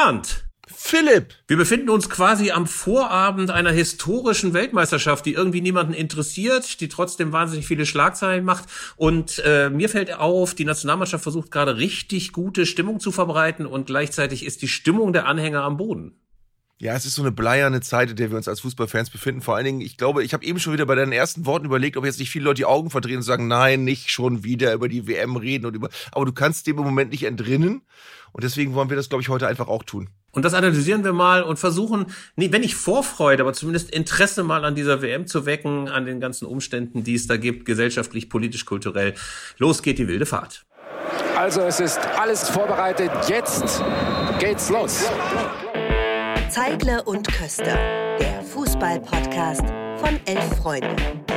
Bernd. Philipp! Wir befinden uns quasi am Vorabend einer historischen Weltmeisterschaft, die irgendwie niemanden interessiert, die trotzdem wahnsinnig viele Schlagzeilen macht. Und mir fällt auf, die Nationalmannschaft versucht gerade richtig gute Stimmung zu verbreiten und gleichzeitig ist die Stimmung der Anhänger am Boden. Ja, es ist so eine bleierne Zeit, in der wir uns als Fußballfans befinden. Vor allen Dingen, ich glaube, ich habe eben schon wieder bei deinen ersten Worten überlegt, ob jetzt nicht viele Leute die Augen verdrehen und sagen, nein, nicht schon wieder über die WM reden. Aber du kannst dem im Moment nicht entrinnen. Und deswegen wollen wir das, glaube ich, heute einfach auch tun. Und das analysieren wir mal und versuchen, wenn nicht Vorfreude, aber zumindest Interesse mal an dieser WM zu wecken, an den ganzen Umständen, die es da gibt, gesellschaftlich, politisch, kulturell. Los geht die wilde Fahrt. Also es ist alles vorbereitet. Jetzt geht's los. Zeigle und Köster, der Fußball-Podcast von 11 Freunde.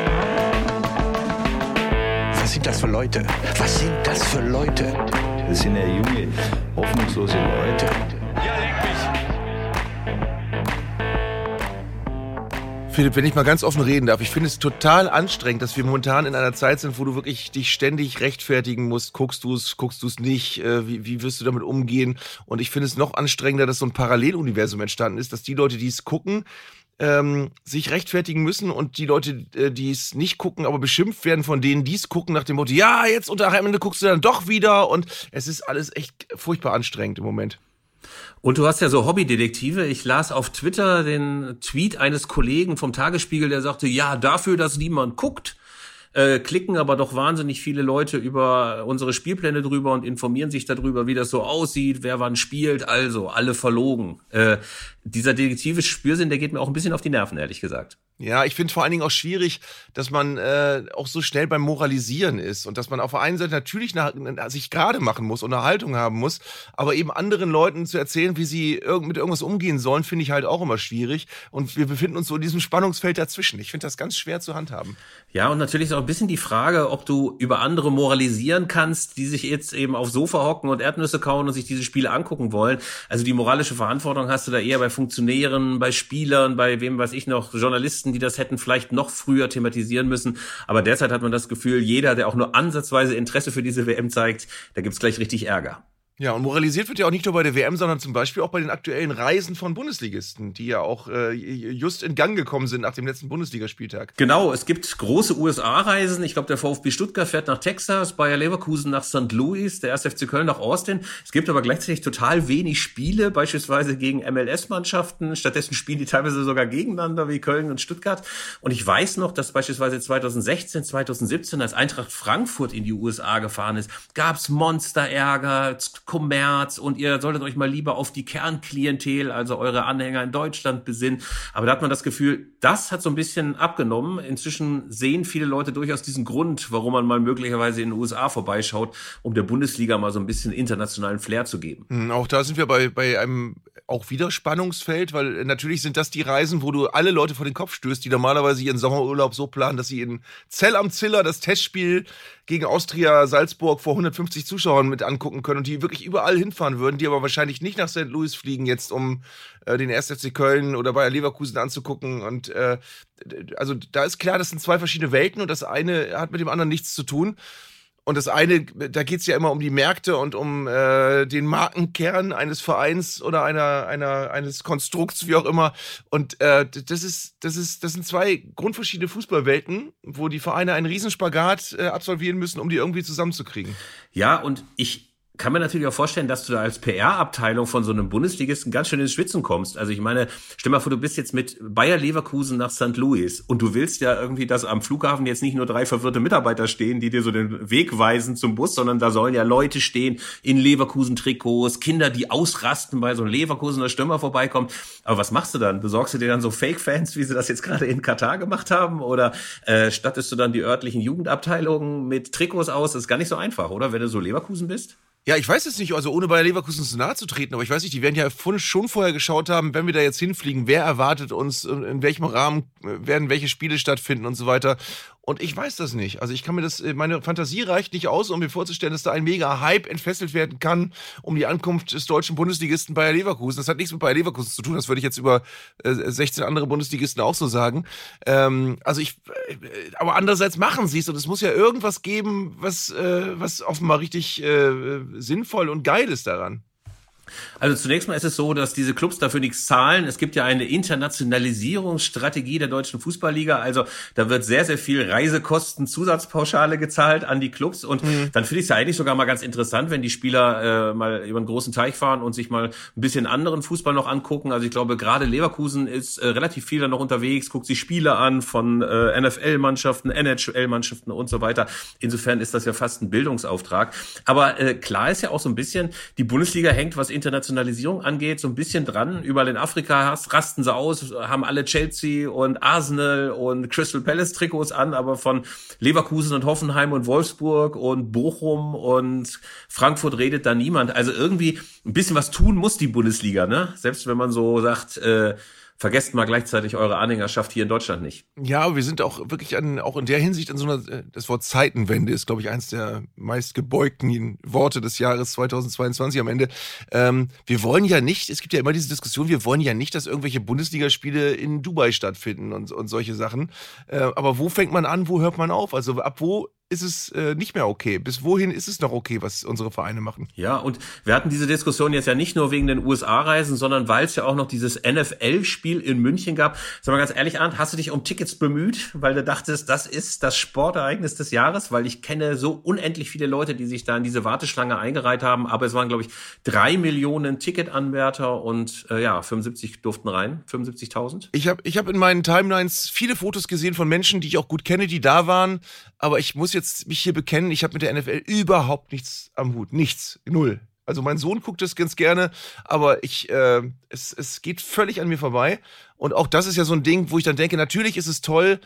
Was sind das für Leute? Was sind das für Leute? Das sind ja junge, hoffnungslose Leute. Ja, leck mich! Philipp, wenn ich mal ganz offen reden darf, ich finde es total anstrengend, dass wir momentan in einer Zeit sind, wo du wirklich dich ständig rechtfertigen musst. Guckst du es nicht? Wie wirst du damit umgehen? Und ich finde es noch anstrengender, dass so ein Paralleluniversum entstanden ist, dass die Leute, die es gucken, sich rechtfertigen müssen und die Leute, die es nicht gucken, aber beschimpft werden von denen, die es gucken, nach dem Motto, ja, jetzt unter am Ende guckst du dann doch wieder und es ist alles echt furchtbar anstrengend im Moment. Und du hast ja so Hobbydetektive. Ich las auf Twitter den Tweet eines Kollegen vom Tagesspiegel, der sagte, ja, dafür, dass niemand guckt, klicken aber doch wahnsinnig viele Leute über unsere Spielpläne drüber und informieren sich darüber, wie das so aussieht, wer wann spielt, also alle verlogen. Dieser detektive Spürsinn, der geht mir auch ein bisschen auf die Nerven, ehrlich gesagt. Ja, ich finde vor allen Dingen auch schwierig, dass man auch so schnell beim Moralisieren ist und dass man auf der einen Seite natürlich sich gerade machen muss und eine Haltung haben muss, aber eben anderen Leuten zu erzählen, wie sie mit irgendwas umgehen sollen, finde ich halt auch immer schwierig und wir befinden uns so in diesem Spannungsfeld dazwischen. Ich finde das ganz schwer zu handhaben. Ja, und natürlich ist auch ein bisschen die Frage, ob du über andere moralisieren kannst, die sich jetzt eben aufs Sofa hocken und Erdnüsse kauen und sich diese Spiele angucken wollen. Also die moralische Verantwortung hast du da eher bei Funktionären, bei Spielern, bei wem weiß ich noch, Journalisten, die das hätten vielleicht noch früher thematisieren müssen. Aber derzeit hat man das Gefühl, jeder, der auch nur ansatzweise Interesse für diese WM zeigt, da gibt's gleich richtig Ärger. Ja, und moralisiert wird ja auch nicht nur bei der WM, sondern zum Beispiel auch bei den aktuellen Reisen von Bundesligisten, die ja auch just in Gang gekommen sind nach dem letzten Bundesligaspieltag. Genau, es gibt große USA-Reisen. Ich glaube, der VfB Stuttgart fährt nach Texas, Bayer Leverkusen nach St. Louis, der 1. FC Köln nach Austin. Es gibt aber gleichzeitig total wenig Spiele, beispielsweise gegen MLS-Mannschaften. Stattdessen spielen die teilweise sogar gegeneinander wie Köln und Stuttgart. Und ich weiß noch, dass beispielsweise 2016, 2017, als Eintracht Frankfurt in die USA gefahren ist, gab's Monsterärger, Kommerz und ihr solltet euch mal lieber auf die Kernklientel, also eure Anhänger in Deutschland besinnen. Aber da hat man das Gefühl, das hat so ein bisschen abgenommen. Inzwischen sehen viele Leute durchaus diesen Grund, warum man mal möglicherweise in den USA vorbeischaut, um der Bundesliga mal so ein bisschen internationalen Flair zu geben. Auch da sind wir bei einem auch wieder Spannungsfeld, weil natürlich sind das die Reisen, wo du alle Leute vor den Kopf stößt, die normalerweise ihren Sommerurlaub so planen, dass sie in Zell am Ziller das Testspiel gegen Austria Salzburg vor 150 Zuschauern mit angucken können und die wirklich überall hinfahren würden, die aber wahrscheinlich nicht nach St. Louis fliegen jetzt, um den 1. FC Köln oder Bayer Leverkusen anzugucken. Und also da ist klar, das sind zwei verschiedene Welten und das eine hat mit dem anderen nichts zu tun. Und das eine, da geht's ja immer um die Märkte und um den Markenkern eines Vereins oder eines Konstrukts, wie auch immer. Und das sind zwei grundverschiedene Fußballwelten, wo die Vereine einen Riesenspagat absolvieren müssen, um die irgendwie zusammenzukriegen. Ja, und ich kann mir natürlich auch vorstellen, dass du da als PR-Abteilung von so einem Bundesligisten ganz schön ins Schwitzen kommst. Also ich meine, stell mal vor, du bist jetzt mit Bayer Leverkusen nach St. Louis und du willst ja irgendwie, dass am Flughafen jetzt nicht nur 3 verwirrte Mitarbeiter stehen, die dir so den Weg weisen zum Bus, sondern da sollen ja Leute stehen in Leverkusen-Trikots, Kinder, die ausrasten, weil so ein Leverkusener Stürmer vorbeikommt. Aber was machst du dann? Besorgst du dir dann so Fake-Fans, wie sie das jetzt gerade in Katar gemacht haben? Oder stattest du dann die örtlichen Jugendabteilungen mit Trikots aus? Das ist gar nicht so einfach, oder? Wenn du so Leverkusen bist? Ja, ich weiß es nicht, also ohne Bayer Leverkusen zu nahe zu treten, aber ich weiß nicht, die werden ja schon vorher geschaut haben, wenn wir da jetzt hinfliegen, wer erwartet uns, in welchem Rahmen werden welche Spiele stattfinden und so weiter. Und ich weiß das nicht. Also ich kann mir meine Fantasie reicht nicht aus, um mir vorzustellen, dass da ein mega Hype entfesselt werden kann um die Ankunft des deutschen Bundesligisten Bayer Leverkusen. Das hat nichts mit Bayer Leverkusen zu tun, das würde ich jetzt über 16 andere Bundesligisten auch so sagen. Aber andererseits machen sie es und es muss ja irgendwas geben, was offenbar richtig sinnvoll und geil ist daran. Also zunächst mal ist es so, dass diese Clubs dafür nichts zahlen. Es gibt ja eine Internationalisierungsstrategie der deutschen Fußballliga. Also da wird sehr, sehr viel Reisekosten, Zusatzpauschale gezahlt an die Clubs. Und dann finde ich es ja eigentlich sogar mal ganz interessant, wenn die Spieler mal über einen großen Teich fahren und sich mal ein bisschen anderen Fußball noch angucken. Also ich glaube, gerade Leverkusen ist relativ viel da noch unterwegs, guckt sich Spiele an von NFL-Mannschaften, NHL-Mannschaften und so weiter. Insofern ist das ja fast ein Bildungsauftrag. Aber klar ist ja auch so ein bisschen, die Bundesliga hängt, was Internationalisierung angeht, so ein bisschen dran. Überall in Afrika rasten sie aus, haben alle Chelsea und Arsenal und Crystal Palace Trikots an, aber von Leverkusen und Hoffenheim und Wolfsburg und Bochum und Frankfurt redet da niemand. Also irgendwie ein bisschen was tun muss die Bundesliga, ne? Selbst wenn man so sagt, vergesst mal gleichzeitig eure Anhängerschaft hier in Deutschland nicht. Ja, aber wir sind auch wirklich auch in der Hinsicht in so einer, das Wort Zeitenwende ist, glaube ich, eins der meistgebeugten Worte des Jahres 2022 am Ende. Wir wollen ja nicht, es gibt ja immer diese Diskussion, wir wollen ja nicht, dass irgendwelche Bundesligaspiele in Dubai stattfinden und solche Sachen. Aber wo fängt man an, wo hört man auf? Also ab wo ist es nicht mehr okay? Bis wohin ist es noch okay, was unsere Vereine machen? Ja, und wir hatten diese Diskussion jetzt ja nicht nur wegen den USA-Reisen, sondern weil es ja auch noch dieses NFL-Spiel in München gab. Sag mal ganz ehrlich, Arndt, hast du dich um Tickets bemüht, weil du dachtest, das ist das Sportereignis des Jahres? Weil ich kenne so unendlich viele Leute, die sich da in diese Warteschlange eingereiht haben, aber es waren, glaube ich, 3 Millionen Ticketanwärter und 75 durften rein, 75.000. Ich hab in meinen Timelines viele Fotos gesehen von Menschen, die ich auch gut kenne, die da waren, aber ich muss jetzt mich hier bekennen, ich habe mit der NFL überhaupt nichts am Hut. Nichts. Null. Also mein Sohn guckt das ganz gerne, aber es geht völlig an mir vorbei. Und auch das ist ja so ein Ding, wo ich dann denke, natürlich ist es toll,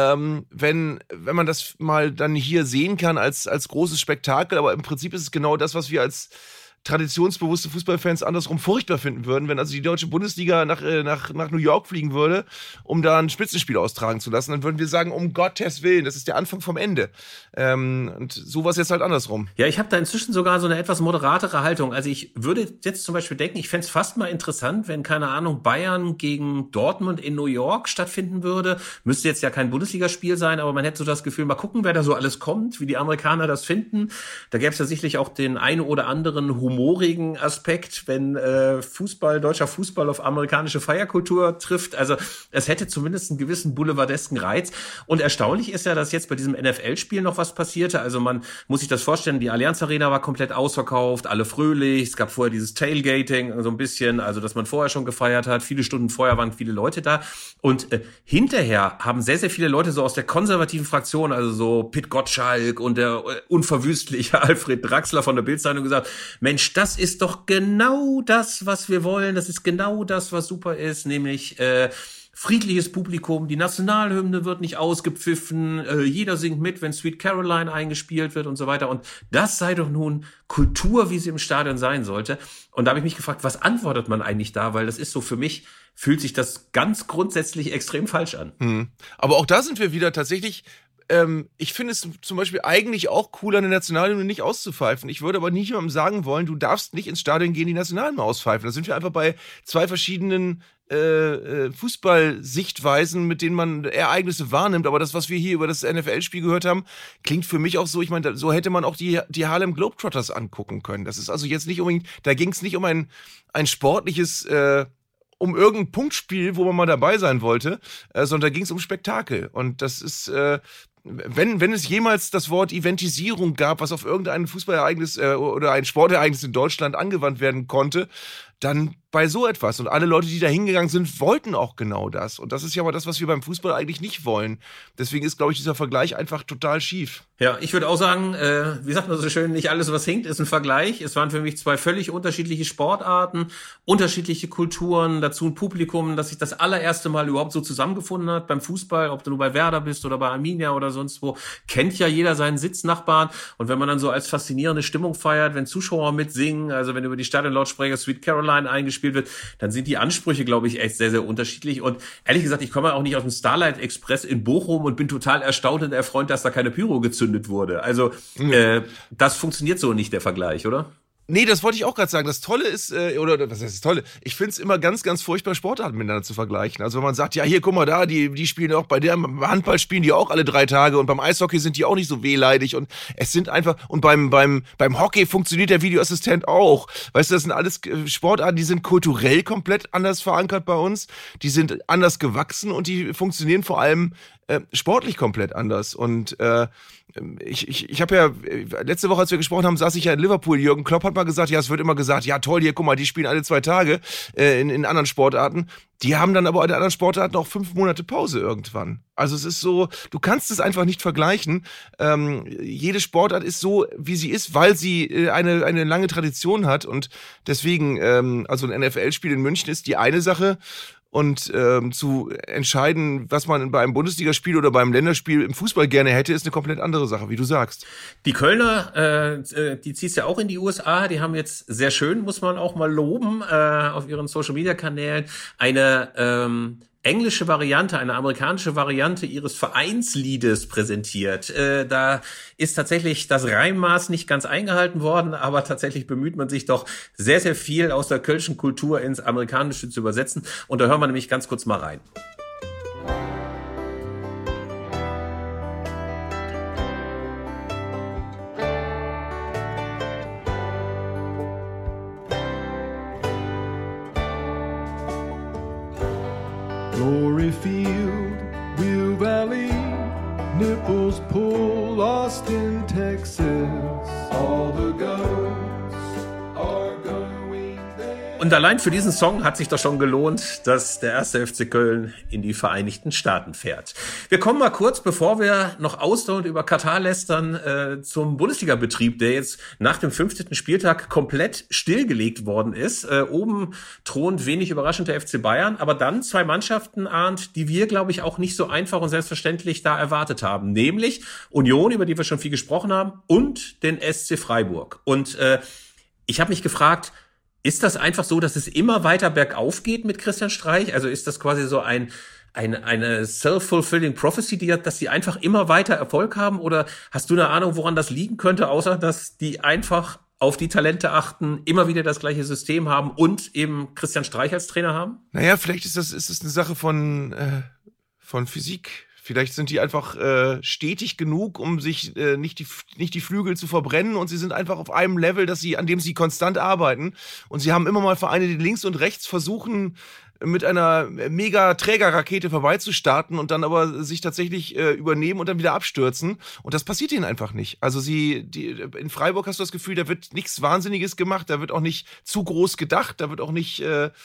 wenn man das mal dann hier sehen kann als großes Spektakel, aber im Prinzip ist es genau das, was wir als traditionsbewusste Fußballfans andersrum furchtbar finden würden, wenn also die deutsche Bundesliga nach New York fliegen würde, um da ein Spitzenspiel austragen zu lassen, dann würden wir sagen, um Gottes Willen, das ist der Anfang vom Ende. Und sowas jetzt halt andersrum. Ja, ich habe da inzwischen sogar so eine etwas moderatere Haltung. Also ich würde jetzt zum Beispiel denken, ich fände es fast mal interessant, wenn, keine Ahnung, Bayern gegen Dortmund in New York stattfinden würde. Müsste jetzt ja kein Bundesligaspiel sein, aber man hätte so das Gefühl, mal gucken, wer da so alles kommt, wie die Amerikaner das finden. Da gäbe es ja sicherlich auch den einen oder anderen humorigen Aspekt, wenn deutscher Fußball auf amerikanische Feierkultur trifft. Also es hätte zumindest einen gewissen boulevardesken Reiz. Und erstaunlich ist ja, dass jetzt bei diesem NFL-Spiel noch was passierte. Also man muss sich das vorstellen, die Allianz Arena war komplett ausverkauft, alle fröhlich. Es gab vorher dieses Tailgating so ein bisschen, also dass man vorher schon gefeiert hat. Viele Stunden vorher waren viele Leute da. Und hinterher haben sehr, sehr viele Leute so aus der konservativen Fraktion, also so Pit Gottschalk und der unverwüstliche Alfred Draxler von der Bild-Zeitung gesagt, Mensch, das ist doch genau das, was wir wollen. Das ist genau das, was super ist, nämlich friedliches Publikum. Die Nationalhymne wird nicht ausgepfiffen. Jeder singt mit, wenn Sweet Caroline eingespielt wird und so weiter. Und das sei doch nun Kultur, wie sie im Stadion sein sollte. Und da habe ich mich gefragt, was antwortet man eigentlich da? Weil das ist so für mich, fühlt sich das ganz grundsätzlich extrem falsch an. Aber auch da sind wir wieder tatsächlich. Ich finde es zum Beispiel eigentlich auch cool, eine Nationalhymne nicht auszupfeifen. Ich würde aber niemandem sagen wollen, du darfst nicht ins Stadion gehen, die Nationalhymne auspfeifen. Da sind wir einfach bei zwei verschiedenen Fußballsichtweisen, mit denen man Ereignisse wahrnimmt. Aber das, was wir hier über das NFL-Spiel gehört haben, klingt für mich auch so, ich meine, so hätte man auch die Harlem Globetrotters angucken können. Das ist also jetzt nicht unbedingt, da ging es nicht um ein sportliches um irgendein Punktspiel, wo man mal dabei sein wollte, sondern da ging es um Spektakel. Und das ist, wenn es jemals das Wort Eventisierung gab, was auf irgendein Fußballereignis oder ein Sportereignis in Deutschland angewandt werden konnte, dann bei so etwas. Und alle Leute, die da hingegangen sind, wollten auch genau das. Und das ist ja aber das, was wir beim Fußball eigentlich nicht wollen. Deswegen ist, glaube ich, dieser Vergleich einfach total schief. Ja, ich würde auch sagen, wie sagt man so schön, nicht alles, was hinkt, ist ein Vergleich. Es waren für mich zwei völlig unterschiedliche Sportarten, unterschiedliche Kulturen, dazu ein Publikum, das sich das allererste Mal überhaupt so zusammengefunden hat beim Fußball, ob du nur bei Werder bist oder bei Arminia oder sonst wo, kennt ja jeder seinen Sitznachbarn. Und wenn man dann so als faszinierende Stimmung feiert, wenn Zuschauer mitsingen, also wenn über die Stadionlautsprecher Sweet Caroline eingespielt wird, dann sind die Ansprüche, glaube ich, echt sehr, sehr unterschiedlich. Und ehrlich gesagt, ich komme auch nicht aus dem Starlight Express in Bochum und bin total erstaunt und erfreut, dass da keine Pyro gezündet wurde. Also das funktioniert so nicht, der Vergleich, oder? Nee, das wollte ich auch gerade sagen. Das Tolle ist, oder was heißt das Tolle? Ich finde es immer ganz, ganz furchtbar, Sportarten miteinander zu vergleichen. Also wenn man sagt, ja, hier, guck mal da, die spielen auch, beim Handball spielen die auch alle 3 Tage und beim Eishockey sind die auch nicht so wehleidig und es sind einfach, und beim Hockey funktioniert der Videoassistent auch. Weißt du, das sind alles Sportarten, die sind kulturell komplett anders verankert bei uns, die sind anders gewachsen und die funktionieren vor allem sportlich komplett anders. Und ich habe ja, letzte Woche, als wir gesprochen haben, saß ich ja in Liverpool. Jürgen Klopp hat mal gesagt, ja, es wird immer gesagt, ja toll, hier, guck mal, die spielen alle 2 Tage in anderen Sportarten. Die haben dann aber in anderen Sportarten auch 5 Monate Pause irgendwann. Also es ist so, du kannst es einfach nicht vergleichen. Jede Sportart ist so, wie sie ist, weil sie eine lange Tradition hat. Und deswegen, also ein NFL-Spiel in München ist die eine Sache. Und zu entscheiden, was man bei einem Bundesligaspiel oder beim Länderspiel im Fußball gerne hätte, ist eine komplett andere Sache, wie du sagst. Die Kölner, die zieht's ja auch in die USA. Die haben jetzt sehr schön, muss man auch mal loben, auf ihren Social-Media-Kanälen eine englische Variante, eine amerikanische Variante ihres Vereinsliedes präsentiert. Da ist tatsächlich das Reimmaß nicht ganz eingehalten worden, aber tatsächlich bemüht man sich doch sehr, sehr viel aus der kölschen Kultur ins Amerikanische zu übersetzen. Und da hören wir nämlich ganz kurz mal rein. Glory Field, Wheel Valley, Nipples Pool, Austin, Texas. All the goats are going there. Und allein für diesen Song hat sich doch schon gelohnt, dass der 1. FC Köln in die Vereinigten Staaten fährt. Wir kommen mal kurz, bevor wir noch ausdauernd über Katar lästern, zum Bundesliga-Betrieb, der jetzt nach dem 15. Spieltag komplett stillgelegt worden ist. Oben thront wenig überraschend der FC Bayern, aber dann 2 Mannschaften, Arndt, die wir, glaube ich, auch nicht so einfach und selbstverständlich da erwartet haben. Nämlich Union, über die wir schon viel gesprochen haben, und den SC Freiburg. Und ich habe mich gefragt, ist das einfach so, dass es immer weiter bergauf geht mit Christian Streich? Also ist das quasi so eine self-fulfilling prophecy, dass die einfach immer weiter Erfolg haben? Oder hast du eine Ahnung, woran das liegen könnte, außer dass die einfach auf die Talente achten, immer wieder das gleiche System haben und eben Christian Streich als Trainer haben? Naja, vielleicht ist das eine Sache von Physik. Vielleicht sind die einfach stetig genug, um sich nicht die Flügel zu verbrennen, und sie sind einfach auf einem Level, an dem sie konstant arbeiten. Und sie haben immer mal Vereine, die links und rechts versuchen, mit einer mega Trägerrakete vorbeizustarten und dann aber sich tatsächlich übernehmen und dann wieder abstürzen. Und das passiert ihnen einfach nicht. Also in Freiburg hast du das Gefühl, da wird nichts Wahnsinniges gemacht, da wird auch nicht zu groß gedacht, da wird auch nicht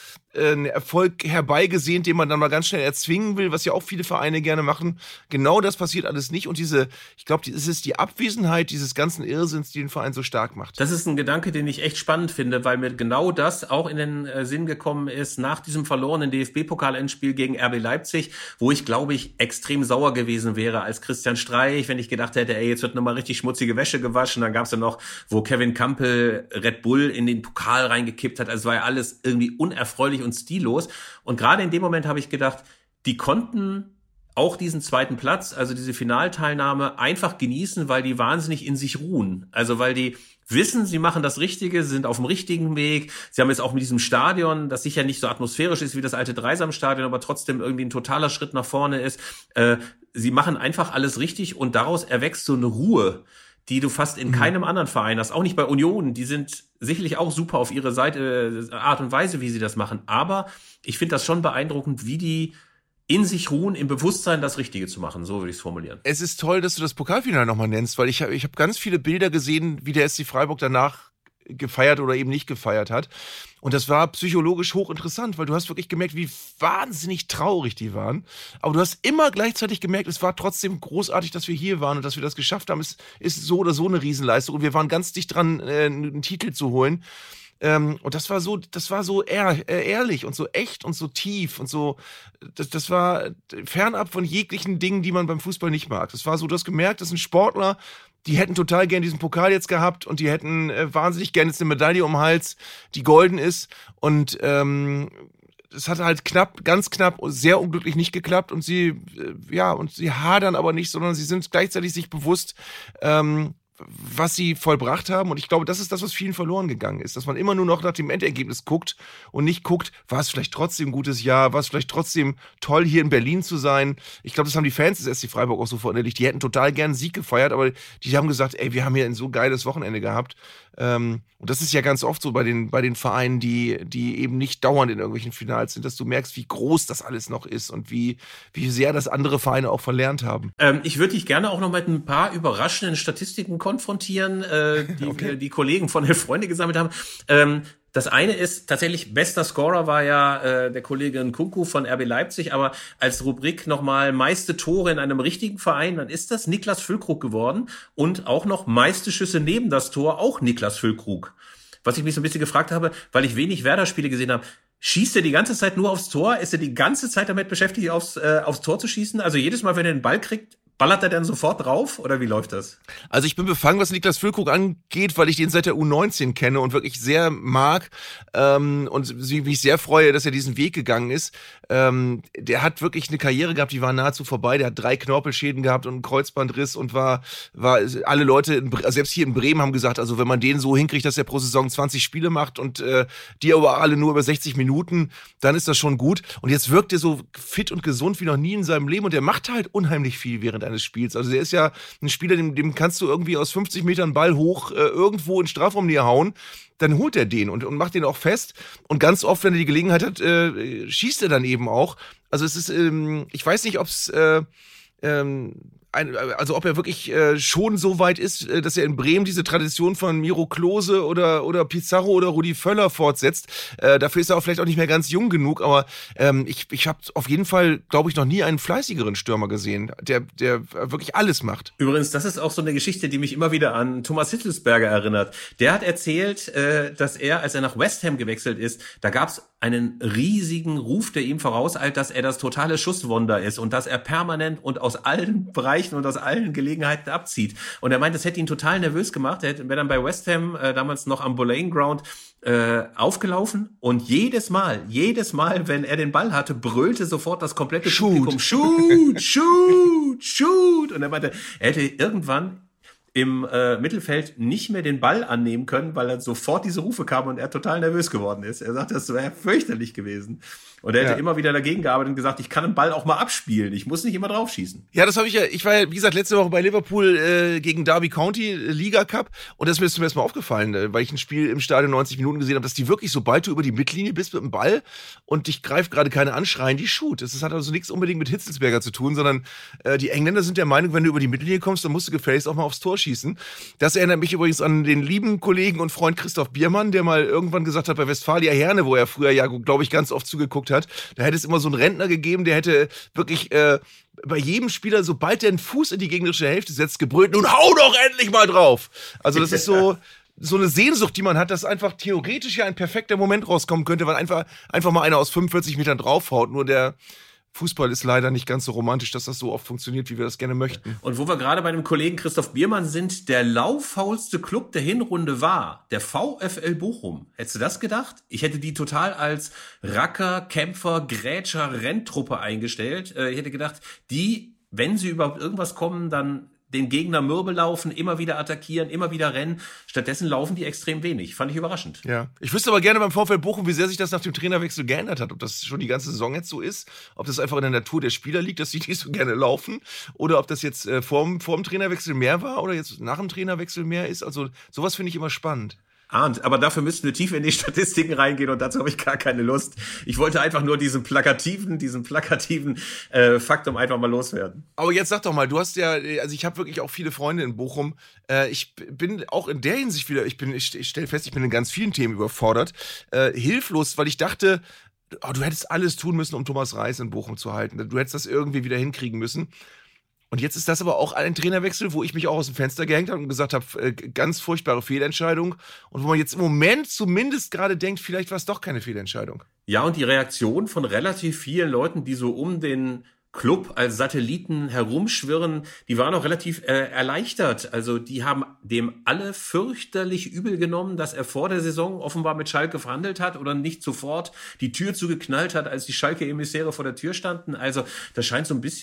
ein Erfolg herbeigesehnt, den man dann mal ganz schnell erzwingen will, was ja auch viele Vereine gerne machen. Genau das passiert alles nicht. Und ich glaube, es ist die Abwesenheit dieses ganzen Irrsinns, die den Verein so stark macht. Das ist ein Gedanke, den ich echt spannend finde, weil mir genau das auch in den Sinn gekommen ist nach diesem verlorenen DFB-Pokal-Endspiel gegen RB Leipzig, wo ich, glaube ich, extrem sauer gewesen wäre als Christian Streich, wenn ich gedacht hätte, jetzt wird nochmal richtig schmutzige Wäsche gewaschen. Dann gab es ja noch, wo Kevin Campbell Red Bull in den Pokal reingekippt hat. Also es war ja alles irgendwie unerfreulich und stillos. Und gerade in dem Moment habe ich gedacht, die konnten auch diesen 2. Platz, also diese Finalteilnahme, einfach genießen, weil die wahnsinnig in sich ruhen. Also weil die wissen, sie machen das Richtige, sie sind auf dem richtigen Weg. Sie haben jetzt auch mit diesem Stadion, das sicher nicht so atmosphärisch ist wie das alte Dreisamstadion, aber trotzdem irgendwie ein totaler Schritt nach vorne ist. Sie machen einfach alles richtig und daraus erwächst so eine Ruhe, die du fast in keinem anderen Verein hast. Auch nicht bei Union. Die sind sicherlich auch super auf ihre Seite, Art und Weise, wie sie das machen. Aber ich finde das schon beeindruckend, wie die in sich ruhen, im Bewusstsein, das Richtige zu machen. So würde ich es formulieren. Es ist toll, dass du das Pokalfinale nochmal nennst, weil ich hab ganz viele Bilder gesehen, wie der SC Freiburg danach gefeiert oder eben nicht gefeiert hat. Und das war psychologisch hochinteressant, weil du hast wirklich gemerkt, wie wahnsinnig traurig die waren. Aber du hast immer gleichzeitig gemerkt, es war trotzdem großartig, dass wir hier waren und dass wir das geschafft haben. Es ist so oder so eine Riesenleistung und wir waren ganz dicht dran, einen Titel zu holen. Und das war so ehrlich und so echt und so tief und so, das war fernab von jeglichen Dingen, die man beim Fußball nicht mag. Das war so, du hast gemerkt, das sind Sportler, die hätten total gern diesen Pokal jetzt gehabt und die hätten wahnsinnig gern jetzt eine Medaille um den Hals, die golden ist, und es hat halt ganz knapp, sehr unglücklich nicht geklappt, und sie hadern aber nicht, sondern sie sind gleichzeitig sich bewusst, was sie vollbracht haben. Und ich glaube, das ist das, was vielen verloren gegangen ist. Dass man immer nur noch nach dem Endergebnis guckt und nicht guckt, war es vielleicht trotzdem ein gutes Jahr, war es vielleicht trotzdem toll, hier in Berlin zu sein. Ich glaube, das haben die Fans des SC Freiburg auch so verinnerlicht. Die hätten total gern einen Sieg gefeiert, aber die haben gesagt, ey, wir haben hier ein so geiles Wochenende gehabt. Und das ist ja ganz oft so bei den Vereinen, die eben nicht dauernd in irgendwelchen Finals sind, dass du merkst, wie groß das alles noch ist und wie sehr das andere Vereine auch verlernt haben. Ich würde dich gerne auch noch mit ein paar überraschenden Statistiken konfrontieren, die Kollegen von der Freunde gesammelt haben. Das eine ist tatsächlich, bester Scorer war ja der Kollege Nkunku von RB Leipzig, aber als Rubrik nochmal meiste Tore in einem richtigen Verein, dann ist das Niklas Füllkrug geworden und auch noch meiste Schüsse neben das Tor, auch Niklas Füllkrug. Was ich mich so ein bisschen gefragt habe, weil ich wenig Werder-Spiele gesehen habe, schießt er die ganze Zeit nur aufs Tor? Ist er die ganze Zeit damit beschäftigt, aufs Tor zu schießen? Also jedes Mal, wenn er den Ball kriegt, ballert er dann sofort drauf oder wie läuft das? Also ich bin befangen, was Niklas Füllkrug angeht, weil ich den seit der U19 kenne und wirklich sehr mag und mich sehr freue, dass er diesen Weg gegangen ist. Der hat wirklich eine Karriere gehabt, die war nahezu vorbei. Der hat 3 Knorpelschäden gehabt und einen Kreuzbandriss und war alle Leute, selbst hier in Bremen haben gesagt, also wenn man den so hinkriegt, dass er pro Saison 20 Spiele macht und die aber alle nur über 60 Minuten, dann ist das schon gut. Und jetzt wirkt er so fit und gesund wie noch nie in seinem Leben und der macht halt unheimlich viel während eines Spiels. Also der ist ja ein Spieler, dem kannst du irgendwie aus 50 Metern Ball hoch irgendwo in Strafraumnähe hauen, dann holt er den und macht den auch fest. Und ganz oft, wenn er die Gelegenheit hat, schießt er dann eben auch. Also es ist, ich weiß nicht, ob es also ob er wirklich schon so weit ist, dass er in Bremen diese Tradition von Miro Klose oder Pizarro oder Rudi Völler fortsetzt. Dafür ist er auch vielleicht auch nicht mehr ganz jung genug, aber ich habe auf jeden Fall, glaube ich, noch nie einen fleißigeren Stürmer gesehen, der wirklich alles macht. Übrigens, das ist auch so eine Geschichte, die mich immer wieder an Thomas Hitzelsberger erinnert. Der hat erzählt, dass er, als er nach West Ham gewechselt ist, da gab es einen riesigen Ruf, der ihm vorauseilt, dass er das totale Schusswunder ist und dass er permanent und aus allen Bereichen und aus allen Gelegenheiten abzieht. Und er meint, das hätte ihn total nervös gemacht. Er wäre dann bei West Ham damals noch am Boleyn Ground aufgelaufen und jedes Mal, wenn er den Ball hatte, brüllte sofort das komplette Publikum, shoot, shoot, shoot. Und er meinte, er hätte irgendwann im Mittelfeld nicht mehr den Ball annehmen können, weil dann sofort diese Rufe kamen und er total nervös geworden ist. Er sagte, das wäre fürchterlich gewesen. Und er hätte immer wieder dagegen gearbeitet und gesagt, ich kann den Ball auch mal abspielen. Ich muss nicht immer draufschießen. Ja, das habe ich ja. Ich war ja, wie gesagt, letzte Woche bei Liverpool gegen Derby County Liga Cup und das ist mir zum ersten Mal aufgefallen, weil ich ein Spiel im Stadion 90 Minuten gesehen habe, dass die wirklich, sobald du über die Mittellinie bist mit dem Ball und dich greift gerade keine anschreien, die shoot. Das hat also nichts unbedingt mit Hitzelsberger zu tun, sondern die Engländer sind der Meinung, wenn du über die Mittellinie kommst, dann musst du gefälligst auch mal aufs Tor schießen. Das erinnert mich übrigens an den lieben Kollegen und Freund Christoph Biermann, der mal irgendwann gesagt hat, bei Westfalia Herne, wo er früher ja, glaube ich, ganz oft zugeguckt hat, da hätte es immer so einen Rentner gegeben, der hätte wirklich bei jedem Spieler, sobald der einen Fuß in die gegnerische Hälfte setzt, gebrüllt, nun hau doch endlich mal drauf. Also das ist so eine Sehnsucht, die man hat, dass einfach theoretisch ja ein perfekter Moment rauskommen könnte, weil einfach mal einer aus 45 Metern draufhaut. Nur der Fußball ist leider nicht ganz so romantisch, dass das so oft funktioniert, wie wir das gerne möchten. Und wo wir gerade bei dem Kollegen Christoph Biermann sind, der lauffaulste Club der Hinrunde war der VfL Bochum. Hättest du das gedacht? Ich hätte die total als Racker, Kämpfer, Grätscher, Renntruppe eingestellt. Ich hätte gedacht, die, wenn sie überhaupt irgendwas kommen, dann den Gegner mürbe laufen, immer wieder attackieren, immer wieder rennen. Stattdessen laufen die extrem wenig. Fand ich überraschend. Ja. Ich wüsste aber gerne beim VfL Bochum, wie sehr sich das nach dem Trainerwechsel geändert hat. Ob das schon die ganze Saison jetzt so ist, ob das einfach in der Natur der Spieler liegt, dass sie nicht so gerne laufen, oder ob das jetzt vorm Trainerwechsel mehr war oder jetzt nach dem Trainerwechsel mehr ist. Also sowas finde ich immer spannend. Aber dafür müssten wir tief in die Statistiken reingehen und dazu habe ich gar keine Lust. Ich wollte einfach nur diesen plakativen Faktum einfach mal loswerden. Aber jetzt sag doch mal, du hast ja, also ich habe wirklich auch viele Freunde in Bochum. Ich bin auch in der Hinsicht wieder, ich stelle fest, ich bin in ganz vielen Themen überfordert, hilflos, weil ich dachte, du hättest alles tun müssen, um Thomas Reis in Bochum zu halten. Du hättest das irgendwie wieder hinkriegen müssen. Und jetzt ist das aber auch ein Trainerwechsel, wo ich mich auch aus dem Fenster gehängt habe und gesagt habe, ganz furchtbare Fehlentscheidung. Und wo man jetzt im Moment zumindest gerade denkt, vielleicht war es doch keine Fehlentscheidung. Ja, und die Reaktion von relativ vielen Leuten, die so um den Club als Satelliten herumschwirren, die waren auch relativ erleichtert. Also die haben dem alle fürchterlich übel genommen, dass er vor der Saison offenbar mit Schalke verhandelt hat oder nicht sofort die Tür zugeknallt hat, als die Schalke-Emissäre vor der Tür standen. Also das scheint so ein bisschen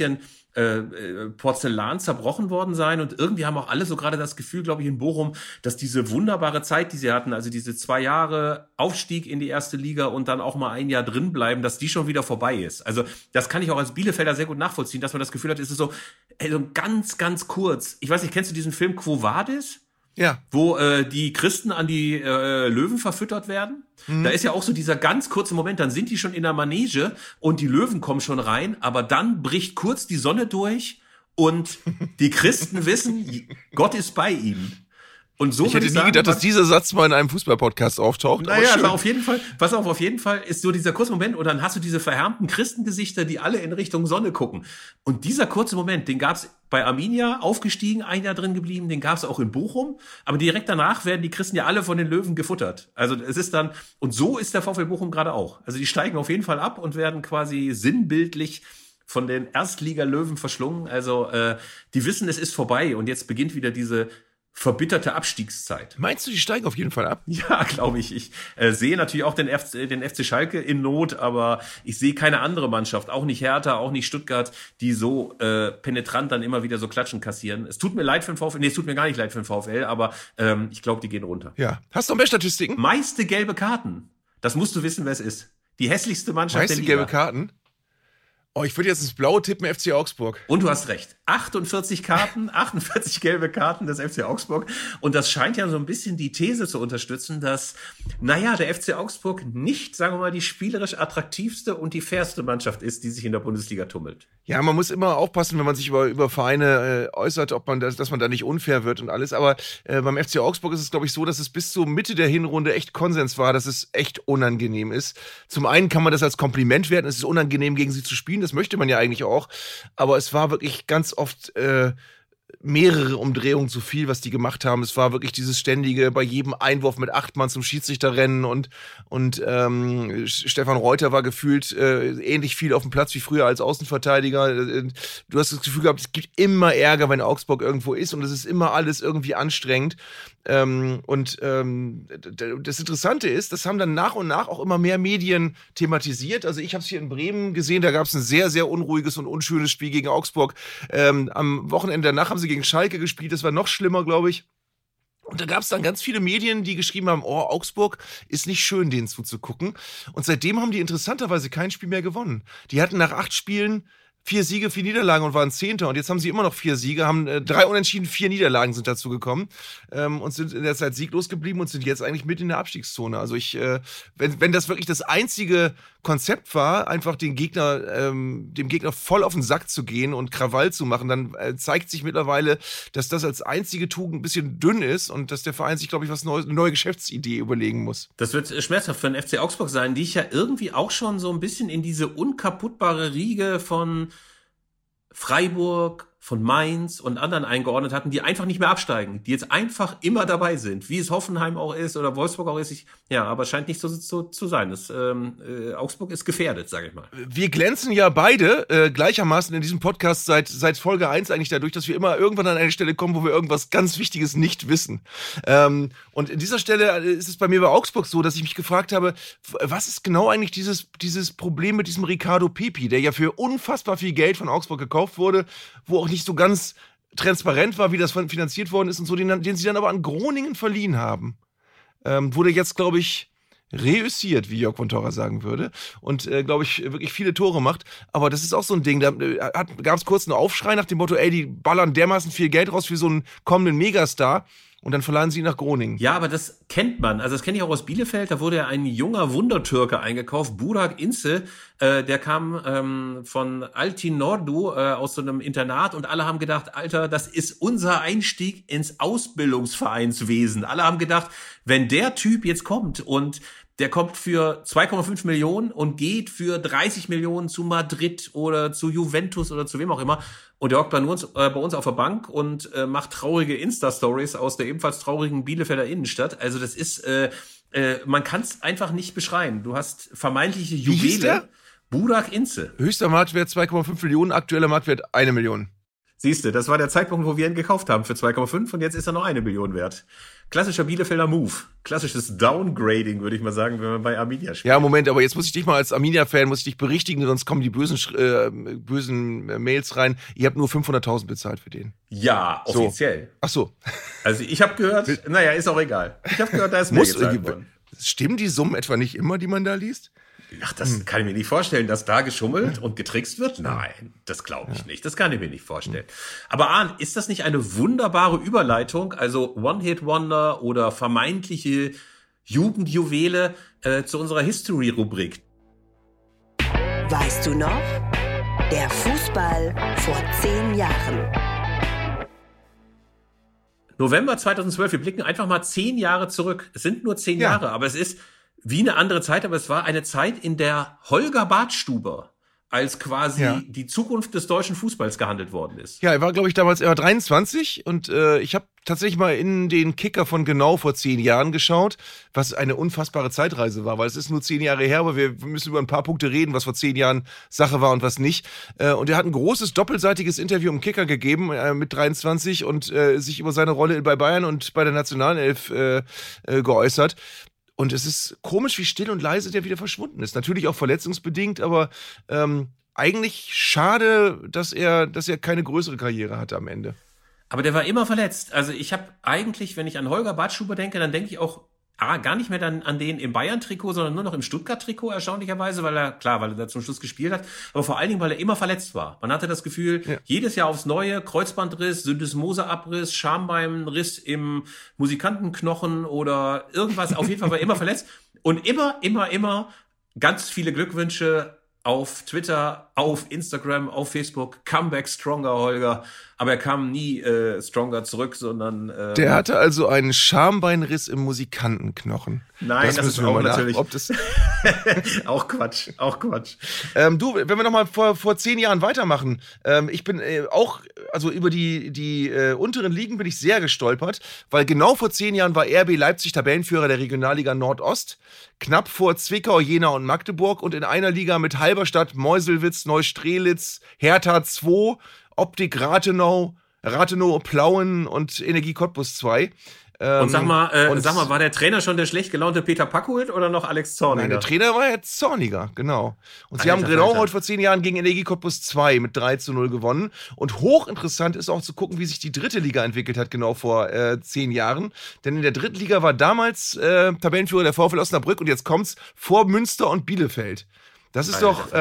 Porzellan zerbrochen worden sein und irgendwie haben auch alle so gerade das Gefühl, glaube ich, in Bochum, dass diese wunderbare Zeit, die sie hatten, also diese 2 Jahre Aufstieg in die erste Liga und dann auch mal ein Jahr drin bleiben, dass die schon wieder vorbei ist. Also das kann ich auch als Bielefelder sehr gut nachvollziehen, dass man das Gefühl hat, es ist so ganz, ganz kurz. Ich weiß nicht, kennst du diesen Film Quo Vadis? Ja. Wo die Christen an die Löwen verfüttert werden. Da ist ja auch so dieser ganz kurze Moment, dann sind die schon in der Manege und die Löwen kommen schon rein, aber dann bricht kurz die Sonne durch und die Christen wissen, Gott ist bei ihnen. Und so ich hätte nie gedacht, dass dieser Satz mal in einem Fußball-Podcast auftaucht. Naja, also auf jeden Fall, pass auf jeden Fall ist so dieser kurze Moment und dann hast du diese verhärmten Christengesichter, die alle in Richtung Sonne gucken. Und dieser kurze Moment, den gab's bei Arminia, aufgestiegen, ein Jahr drin geblieben, den gab's auch in Bochum, aber direkt danach werden die Christen ja alle von den Löwen gefuttert. Also es ist dann, und so ist der VfL Bochum gerade auch. Also die steigen auf jeden Fall ab und werden quasi sinnbildlich von den Erstliga-Löwen verschlungen. Also die wissen, es ist vorbei und jetzt beginnt wieder diese verbitterte Abstiegszeit. Meinst du, die steigen auf jeden Fall ab? Ja, glaube ich. Ich sehe natürlich auch den FC Schalke in Not, aber ich sehe keine andere Mannschaft, auch nicht Hertha, auch nicht Stuttgart, die so penetrant dann immer wieder so Klatschen kassieren. Es tut mir leid für den VfL, es tut mir gar nicht leid für den VfL, aber ich glaube, die gehen runter. Ja. Hast du noch mehr Statistiken? Meiste gelbe Karten. Das musst du wissen, wer es ist. Die hässlichste Mannschaft der Liga. Meiste gelbe Karten? Oh, ich würde jetzt ins Blaue tippen, FC Augsburg. Und du hast recht. 48 Karten, 48 gelbe Karten des FC Augsburg. Und das scheint ja so ein bisschen die These zu unterstützen, dass, naja, der FC Augsburg nicht, sagen wir mal, die spielerisch attraktivste und die fairste Mannschaft ist, die sich in der Bundesliga tummelt. Ja, man muss immer aufpassen, wenn man sich über Vereine äußert, ob man dass man da nicht unfair wird und alles. Aber beim FC Augsburg ist es, glaube ich, so, dass es bis zur Mitte der Hinrunde echt Konsens war, dass es echt unangenehm ist. Zum einen kann man das als Kompliment werten, es ist unangenehm, gegen sie zu spielen. Das möchte man ja eigentlich auch. Aber es war wirklich ganz oft mehrere Umdrehungen zu viel, was die gemacht haben. Es war wirklich dieses ständige bei jedem Einwurf mit 8 Mann zum Schiedsrichter rennen und Stefan Reuter war gefühlt ähnlich viel auf dem Platz wie früher als Außenverteidiger. Du hast das Gefühl gehabt, es gibt immer Ärger, wenn Augsburg irgendwo ist und es ist immer alles irgendwie anstrengend. Das Interessante ist, das haben dann nach und nach auch immer mehr Medien thematisiert. Also ich habe es hier in Bremen gesehen, da gab es ein sehr, sehr unruhiges und unschönes Spiel gegen Augsburg. Am Wochenende danach haben sie gegen Schalke gespielt, das war noch schlimmer, glaube ich. Und da gab es dann ganz viele Medien, die geschrieben haben, oh, Augsburg ist nicht schön, denen zuzugucken. Und seitdem haben die interessanterweise kein Spiel mehr gewonnen. Die hatten nach 8 Spielen 4 Siege, 4 Niederlagen und waren 10. Und jetzt haben sie immer noch 4 Siege, haben 3 Unentschieden, 4 Niederlagen sind dazu gekommen und sind in der Zeit sieglos geblieben und sind jetzt eigentlich mit in der Abstiegszone. Also wenn das wirklich das einzige Konzept war, einfach dem Gegner voll auf den Sack zu gehen und Krawall zu machen, dann zeigt sich mittlerweile, dass das als einzige Tugend ein bisschen dünn ist und dass der Verein sich, glaube ich, eine neue Geschäftsidee überlegen muss. Das wird schmerzhaft für den FC Augsburg sein, die ich ja irgendwie auch schon so ein bisschen in diese unkaputtbare Riege von Freiburg, von Mainz und anderen eingeordnet hatten, die einfach nicht mehr absteigen, die jetzt einfach immer dabei sind, wie es Hoffenheim auch ist oder Wolfsburg auch ist. Aber scheint nicht so zu sein. Augsburg ist gefährdet, sage ich mal. Wir glänzen ja beide gleichermaßen in diesem Podcast seit Folge 1 eigentlich dadurch, dass wir immer irgendwann an eine Stelle kommen, wo wir irgendwas ganz Wichtiges nicht wissen. Und in dieser Stelle ist es bei mir bei Augsburg so, dass ich mich gefragt habe, was ist genau eigentlich dieses Problem mit diesem Ricardo Pepi, der ja für unfassbar viel Geld von Augsburg gekauft wurde, wo auch nicht so ganz transparent war, wie das finanziert worden ist und so, den sie dann aber an Groningen verliehen haben. Wurde jetzt, glaube ich, reüssiert, wie Jörg von Torra sagen würde. Und, glaube ich, wirklich viele Tore macht. Aber das ist auch so ein Ding, da gab es kurz einen Aufschrei nach dem Motto, ey, die ballern dermaßen viel Geld raus für so einen kommenden Megastar. Und dann verleihen sie ihn nach Groningen. Ja, aber das kennt man. Also das kenne ich auch aus Bielefeld. Da wurde ja ein junger Wundertürke eingekauft, Burak Ince. Der kam von Altinordu aus so einem Internat. Und alle haben gedacht, Alter, das ist unser Einstieg ins Ausbildungsvereinswesen. Alle haben gedacht, wenn der Typ jetzt kommt und der kommt für 2,5 Millionen und geht für 30 Millionen zu Madrid oder zu Juventus oder zu wem auch immer. Und der hockt bei uns auf der Bank und macht traurige Insta-Stories aus der ebenfalls traurigen Bielefelder Innenstadt. Also das ist, man kann es einfach nicht beschreien. Du hast vermeintliche Juwele. Wie hieß der? Burak Ince. Höchster Marktwert 2,5 Millionen, aktueller Marktwert 1 Million. Siehst du, das war der Zeitpunkt, wo wir ihn gekauft haben für 2,5 und jetzt ist er noch 1 Million wert. Klassischer Bielefelder Move. Klassisches Downgrading, würde ich mal sagen, wenn man bei Arminia spielt. Ja, Moment, aber jetzt muss ich dich mal als Arminia-Fan, berichtigen, sonst kommen die bösen Mails rein. Ihr habt nur 500.000 bezahlt für den. Ja, offiziell. So. Ach so. Also ich habe gehört, naja, ist auch egal. Ich habe gehört, da ist mehr gezahlt worden. Stimmen die Summen etwa nicht immer, die man da liest? Ach, das kann ich mir nicht vorstellen, dass da geschummelt und getrickst wird. Nein, das glaube ich nicht. Das kann ich mir nicht vorstellen. Aber Arndt, ist das nicht eine wunderbare Überleitung? Also One-Hit-Wonder oder vermeintliche Jugendjuwele zu unserer History-Rubrik. Weißt du noch? Der Fußball vor 10 Jahren. November 2012, wir blicken einfach mal 10 Jahre zurück. Es sind nur 10 Jahre, aber es ist wie eine andere Zeit, aber es war eine Zeit, in der Holger Badstuber als quasi die Zukunft des deutschen Fußballs gehandelt worden ist. Ja, er war 23 und ich habe tatsächlich mal in den Kicker von genau vor 10 Jahren geschaut, was eine unfassbare Zeitreise war, weil es ist nur 10 Jahre her, aber wir müssen über ein paar Punkte reden, was vor 10 Jahren Sache war und was nicht. Und er hat ein großes doppelseitiges Interview im Kicker gegeben mit 23 und sich über seine Rolle bei Bayern und bei der Nationalelf geäußert. Und es ist komisch, wie still und leise der wieder verschwunden ist. Natürlich auch verletzungsbedingt, aber eigentlich schade, dass er keine größere Karriere hatte am Ende. Aber der war immer verletzt. Also ich habe eigentlich, wenn ich an Holger Badstuber denke, dann denke ich auch gar nicht mehr dann an den im Bayern-Trikot, sondern nur noch im Stuttgart-Trikot, erstaunlicherweise, weil er da zum Schluss gespielt hat, aber vor allen Dingen, weil er immer verletzt war. Man hatte das Gefühl, jedes Jahr aufs Neue, Kreuzbandriss, Syndesmoseabriss, Schambeinriss im Musikantenknochen oder irgendwas, auf jeden Fall war er immer verletzt und immer ganz viele Glückwünsche auf Twitter, auf Instagram, auf Facebook, Comeback Stronger Holger, aber er kam nie stronger zurück, sondern der hatte also einen Schambeinriss im Musikantenknochen. Nein, das ist auch natürlich auch Quatsch. Du, wenn wir nochmal vor 10 Jahren weitermachen, ich bin also über die unteren Ligen bin ich sehr gestolpert, weil genau vor 10 Jahren war RB Leipzig Tabellenführer der Regionalliga Nordost, knapp vor Zwickau, Jena und Magdeburg und in einer Liga mit Halberstadt, Meuselwitz, Neustrelitz, Hertha 2, Optik Rathenow, Plauen und Energie Cottbus 2. Und sag mal, war der Trainer schon der schlecht gelaunte Peter Packhult oder noch Alex Zorniger? Nein, der Trainer war jetzt Zorniger, genau. Und sie haben genau heute vor 10 Jahren gegen Energie Cottbus 2 mit 3:0 gewonnen. Und hochinteressant ist auch zu gucken, wie sich die dritte Liga entwickelt hat, genau vor 10 Jahren. Denn in der dritten Liga war damals Tabellenführer der VfL Osnabrück und jetzt kommt's vor Münster und Bielefeld. Das ist doch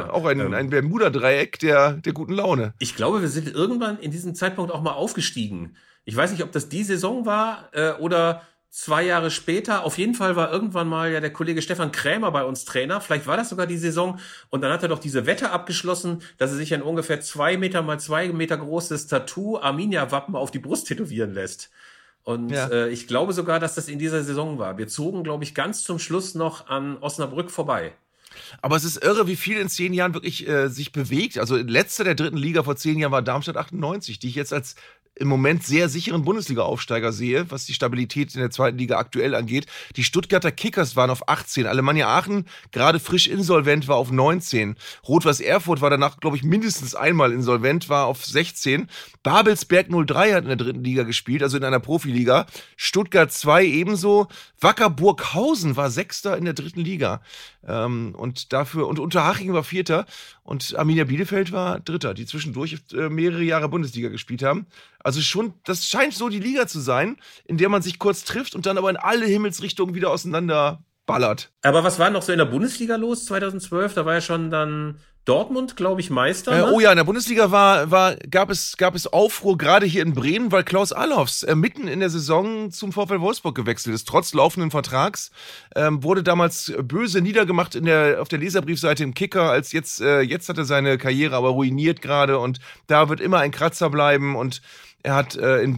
ein Bermuda-Dreieck der guten Laune. Ich glaube, wir sind irgendwann in diesem Zeitpunkt auch mal aufgestiegen. Ich weiß nicht, ob das die Saison war oder 2 Jahre später. Auf jeden Fall war irgendwann mal ja der Kollege Stefan Krämer bei uns Trainer. Vielleicht war das sogar die Saison. Und dann hat er doch diese Wette abgeschlossen, dass er sich ein ungefähr 2 Meter mal 2 Meter großes Tattoo Arminia-Wappen auf die Brust tätowieren lässt. Und ich glaube sogar, dass das in dieser Saison war. Wir zogen, glaube ich, ganz zum Schluss noch an Osnabrück vorbei. Aber es ist irre, wie viel in 10 Jahren wirklich sich bewegt. Also letzter der dritten Liga vor 10 Jahren war Darmstadt 98, die ich jetzt als im Moment sehr sicheren Bundesliga-Aufsteiger sehe, was die Stabilität in der zweiten Liga aktuell angeht. Die Stuttgarter Kickers waren auf 18. Alemannia Aachen, gerade frisch insolvent, war auf 19. Rot-Weiß Erfurt war danach, glaube ich, mindestens einmal insolvent, war auf 16. Babelsberg 03 hat in der dritten Liga gespielt, also in einer Profiliga. Stuttgart 2 ebenso. Wacker Burghausen war 6. in der dritten Liga. Und Unterhaching war 4. und Arminia Bielefeld war 3., die zwischendurch mehrere Jahre Bundesliga gespielt haben. Also schon, das scheint so die Liga zu sein, in der man sich kurz trifft und dann aber in alle Himmelsrichtungen wieder auseinander ballert. Aber was war noch so in der Bundesliga los 2012? Da war ja schon dann Dortmund, glaube ich, Meister. Ne? Oh ja, in der Bundesliga gab es Aufruhr gerade hier in Bremen, weil Klaus Allofs mitten in der Saison zum VfL Wolfsburg gewechselt ist, trotz laufenden Vertrags. Wurde damals böse niedergemacht auf der Leserbriefseite im Kicker, als jetzt hat er seine Karriere aber ruiniert gerade und da wird immer ein Kratzer bleiben und er hat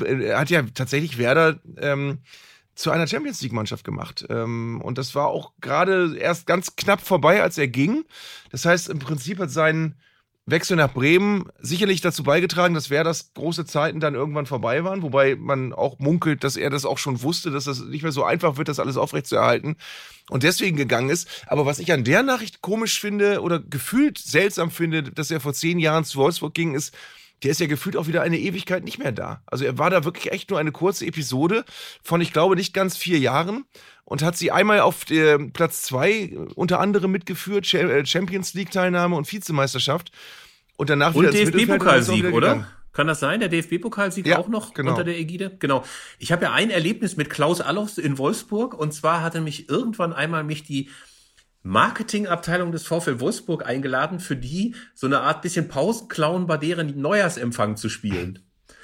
ja tatsächlich Werder zu einer Champions-League-Mannschaft gemacht. Und das war auch gerade erst ganz knapp vorbei, als er ging. Das heißt, im Prinzip hat sein Wechsel nach Bremen sicherlich dazu beigetragen, dass Werders große Zeiten dann irgendwann vorbei waren, wobei man auch munkelt, dass er das auch schon wusste, dass das nicht mehr so einfach wird, das alles aufrechtzuerhalten und deswegen gegangen ist. Aber was ich an der Nachricht komisch finde oder gefühlt seltsam finde, dass er vor 10 Jahren zu Wolfsburg ging, ist, der ist ja gefühlt auch wieder eine Ewigkeit nicht mehr da. Also er war da wirklich echt nur eine kurze Episode von, ich glaube, nicht ganz 4 Jahren und hat sie einmal auf Platz 2 unter anderem mitgeführt, Champions League-Teilnahme und Vizemeisterschaft und danach wieder ins DFB-Pokalsieg, oder? Kann das sein? Der DFB-Pokalsieg auch noch unter der Ägide? Genau. Ich habe ja ein Erlebnis mit Klaus Allofs in Wolfsburg und zwar hatte mich irgendwann einmal die Marketingabteilung des VfL Wolfsburg eingeladen, für die so eine Art bisschen Pausenclown bei deren Neujahrsempfang zu spielen.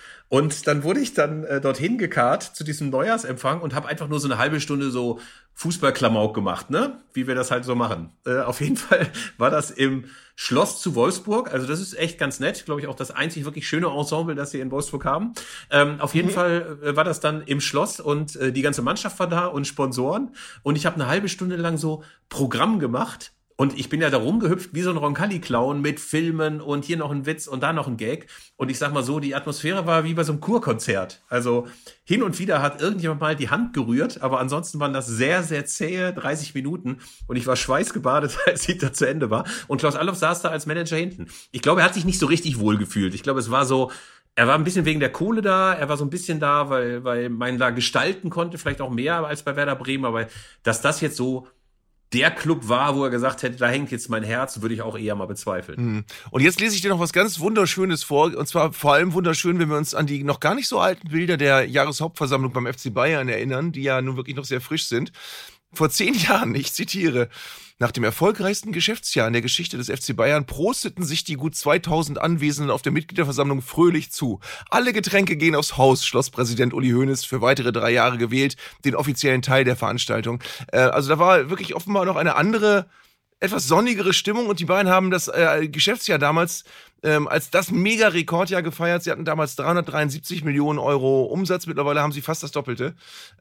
Und dann wurde ich dorthin gekarrt zu diesem Neujahrsempfang und habe einfach nur so eine halbe Stunde so Fußballklamauk gemacht, ne? Wie wir das halt so machen. Auf jeden Fall war das im Schloss zu Wolfsburg. Also das ist echt ganz nett. Glaube ich auch das einzig wirklich schöne Ensemble, das sie in Wolfsburg haben. Auf jeden Fall war das dann im Schloss und die ganze Mannschaft war da und Sponsoren. Und ich habe eine halbe Stunde lang so Programm gemacht. Und ich bin ja da rumgehüpft wie so ein Roncalli-Clown mit Filmen und hier noch ein Witz und da noch ein Gag. Und ich sag mal so, die Atmosphäre war wie bei so einem Kurkonzert. Also hin und wieder hat irgendjemand mal die Hand gerührt, aber ansonsten waren das sehr, sehr zähe 30 Minuten. Und ich war schweißgebadet, als sie da zu Ende war. Und Klaus Allofs saß da als Manager hinten. Ich glaube, er hat sich nicht so richtig wohl gefühlt. Ich glaube, es war so, er war ein bisschen wegen der Kohle da, er war so ein bisschen da, weil man da gestalten konnte, vielleicht auch mehr als bei Werder Bremen. Aber dass das jetzt so der Club war, wo er gesagt hätte, da hängt jetzt mein Herz, würde ich auch eher mal bezweifeln. Und jetzt lese ich dir noch was ganz Wunderschönes vor, und zwar vor allem wunderschön, wenn wir uns an die noch gar nicht so alten Bilder der Jahreshauptversammlung beim FC Bayern erinnern, die ja nun wirklich noch sehr frisch sind. Vor 10 Jahren, ich zitiere, nach dem erfolgreichsten Geschäftsjahr in der Geschichte des FC Bayern prosteten sich die gut 2000 Anwesenden auf der Mitgliederversammlung fröhlich zu. Alle Getränke gehen aufs Haus, schloss Präsident Uli Hoeneß, für weitere 3 Jahre gewählt, den offiziellen Teil der Veranstaltung. Also da war wirklich offenbar noch eine andere, etwas sonnigere Stimmung und die Bayern haben das Geschäftsjahr damals als das Mega-Rekordjahr gefeiert. Sie hatten damals 373 Millionen Euro Umsatz, mittlerweile haben sie fast das Doppelte.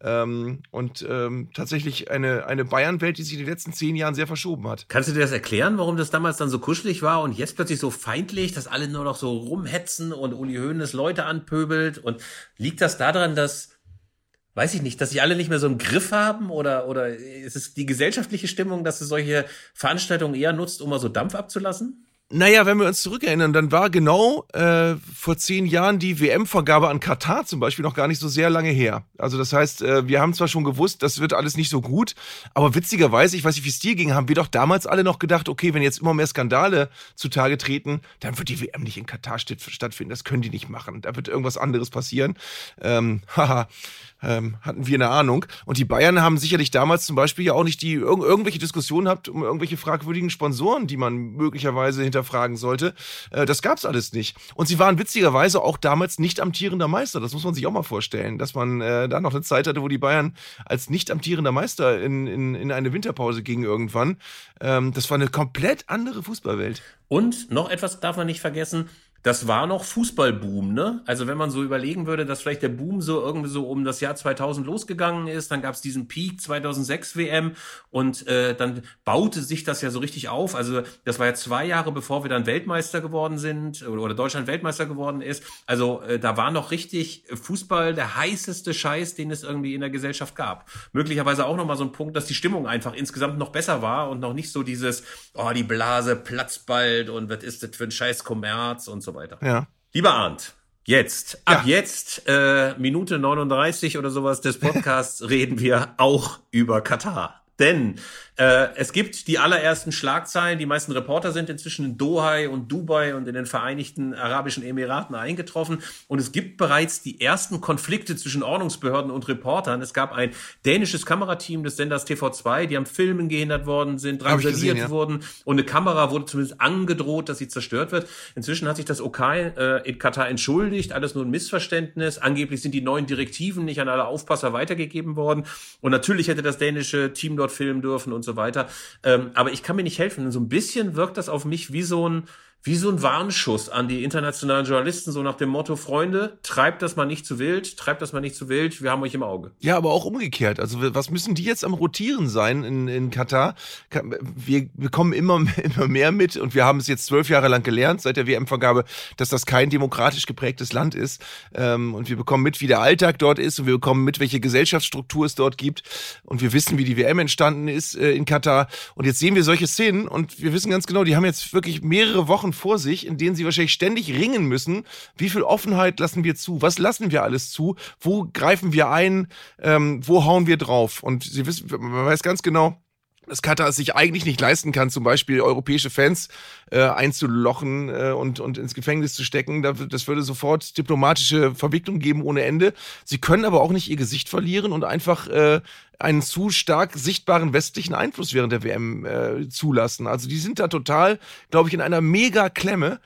Tatsächlich eine Bayern-Welt, die sich in den letzten 10 Jahren sehr verschoben hat. Kannst du dir das erklären, warum das damals dann so kuschelig war und jetzt plötzlich so feindlich, dass alle nur noch so rumhetzen und Uli Hoeneß Leute anpöbelt? Und liegt das daran, dass, weiß ich nicht, dass sie alle nicht mehr so einen Griff haben oder ist es die gesellschaftliche Stimmung, dass sie solche Veranstaltungen eher nutzt, um mal so Dampf abzulassen? Naja, wenn wir uns zurückerinnern, dann war genau vor 10 Jahren die WM-Vergabe an Katar zum Beispiel noch gar nicht so sehr lange her. Also das heißt, wir haben zwar schon gewusst, das wird alles nicht so gut, aber witzigerweise, ich weiß nicht, wie es dir ging, haben wir doch damals alle noch gedacht, okay, wenn jetzt immer mehr Skandale zutage treten, dann wird die WM nicht in Katar stattfinden, das können die nicht machen, da wird irgendwas anderes passieren. Hatten wir eine Ahnung. Und die Bayern haben sicherlich damals zum Beispiel ja auch nicht die irgendwelche Diskussionen gehabt um irgendwelche fragwürdigen Sponsoren, die man möglicherweise hinterfragen sollte. Das gab's alles nicht. Und sie waren witzigerweise auch damals nicht amtierender Meister. Das muss man sich auch mal vorstellen, dass man da noch eine Zeit hatte, wo die Bayern als nicht amtierender Meister in eine Winterpause gingen irgendwann. Das war eine komplett andere Fußballwelt. Und noch etwas darf man nicht vergessen, das war noch Fußballboom, ne? Also wenn man so überlegen würde, dass vielleicht der Boom so irgendwie so um das Jahr 2000 losgegangen ist, dann gab es diesen Peak 2006 WM und dann baute sich das ja so richtig auf. Also das war ja 2 Jahre, bevor wir dann Weltmeister geworden sind oder Deutschland Weltmeister geworden ist. Also da war noch richtig Fußball der heißeste Scheiß, den es irgendwie in der Gesellschaft gab. Möglicherweise auch nochmal so ein Punkt, dass die Stimmung einfach insgesamt noch besser war und noch nicht so dieses, oh, die Blase platzt bald und was ist das für ein scheiß Kommerz und so weiter. Ja. Lieber Arndt, ab jetzt, Minute 39 oder sowas des Podcasts, reden wir auch über Katar. Denn es gibt die allerersten Schlagzeilen, die meisten Reporter sind inzwischen in Doha und Dubai und in den Vereinigten Arabischen Emiraten eingetroffen und es gibt bereits die ersten Konflikte zwischen Ordnungsbehörden und Reportern. Es gab ein dänisches Kamerateam des Senders TV2, die am Filmen gehindert worden sind, drangsaliert wurden und eine Kamera wurde zumindest angedroht, dass sie zerstört wird. Inzwischen hat sich das OK in Katar entschuldigt, alles nur ein Missverständnis. Angeblich sind die neuen Direktiven nicht an alle Aufpasser weitergegeben worden und natürlich hätte das dänische Team dort filmen dürfen und so weiter. Aber ich kann mir nicht helfen. So ein bisschen wirkt das auf mich wie so ein Warnschuss an die internationalen Journalisten, so nach dem Motto, Freunde, treibt das mal nicht zu wild, wir haben euch im Auge. Ja, aber auch umgekehrt. Also was müssen die jetzt am Rotieren sein in Katar? Wir bekommen immer mehr mit und wir haben es jetzt 12 Jahre lang gelernt, seit der WM-Vergabe, dass das kein demokratisch geprägtes Land ist. Und wir bekommen mit, wie der Alltag dort ist und wir bekommen mit, welche Gesellschaftsstruktur es dort gibt. Und wir wissen, wie die WM entstanden ist in Katar. Und jetzt sehen wir solche Szenen und wir wissen ganz genau, die haben jetzt wirklich mehrere Wochen Wochen vor sich, in denen sie wahrscheinlich ständig ringen müssen. Wie viel Offenheit lassen wir zu? Was lassen wir alles zu? Wo greifen wir ein? Wo hauen wir drauf? Und Sie wissen, man weiß ganz genau, dass Katar es sich eigentlich nicht leisten kann, zum Beispiel europäische Fans einzulochen und ins Gefängnis zu stecken. Das würde sofort diplomatische Verwicklungen geben ohne Ende. Sie können aber auch nicht ihr Gesicht verlieren und einfach einen zu stark sichtbaren westlichen Einfluss während der WM zulassen. Also die sind da total, glaube ich, in einer Mega-Klemme,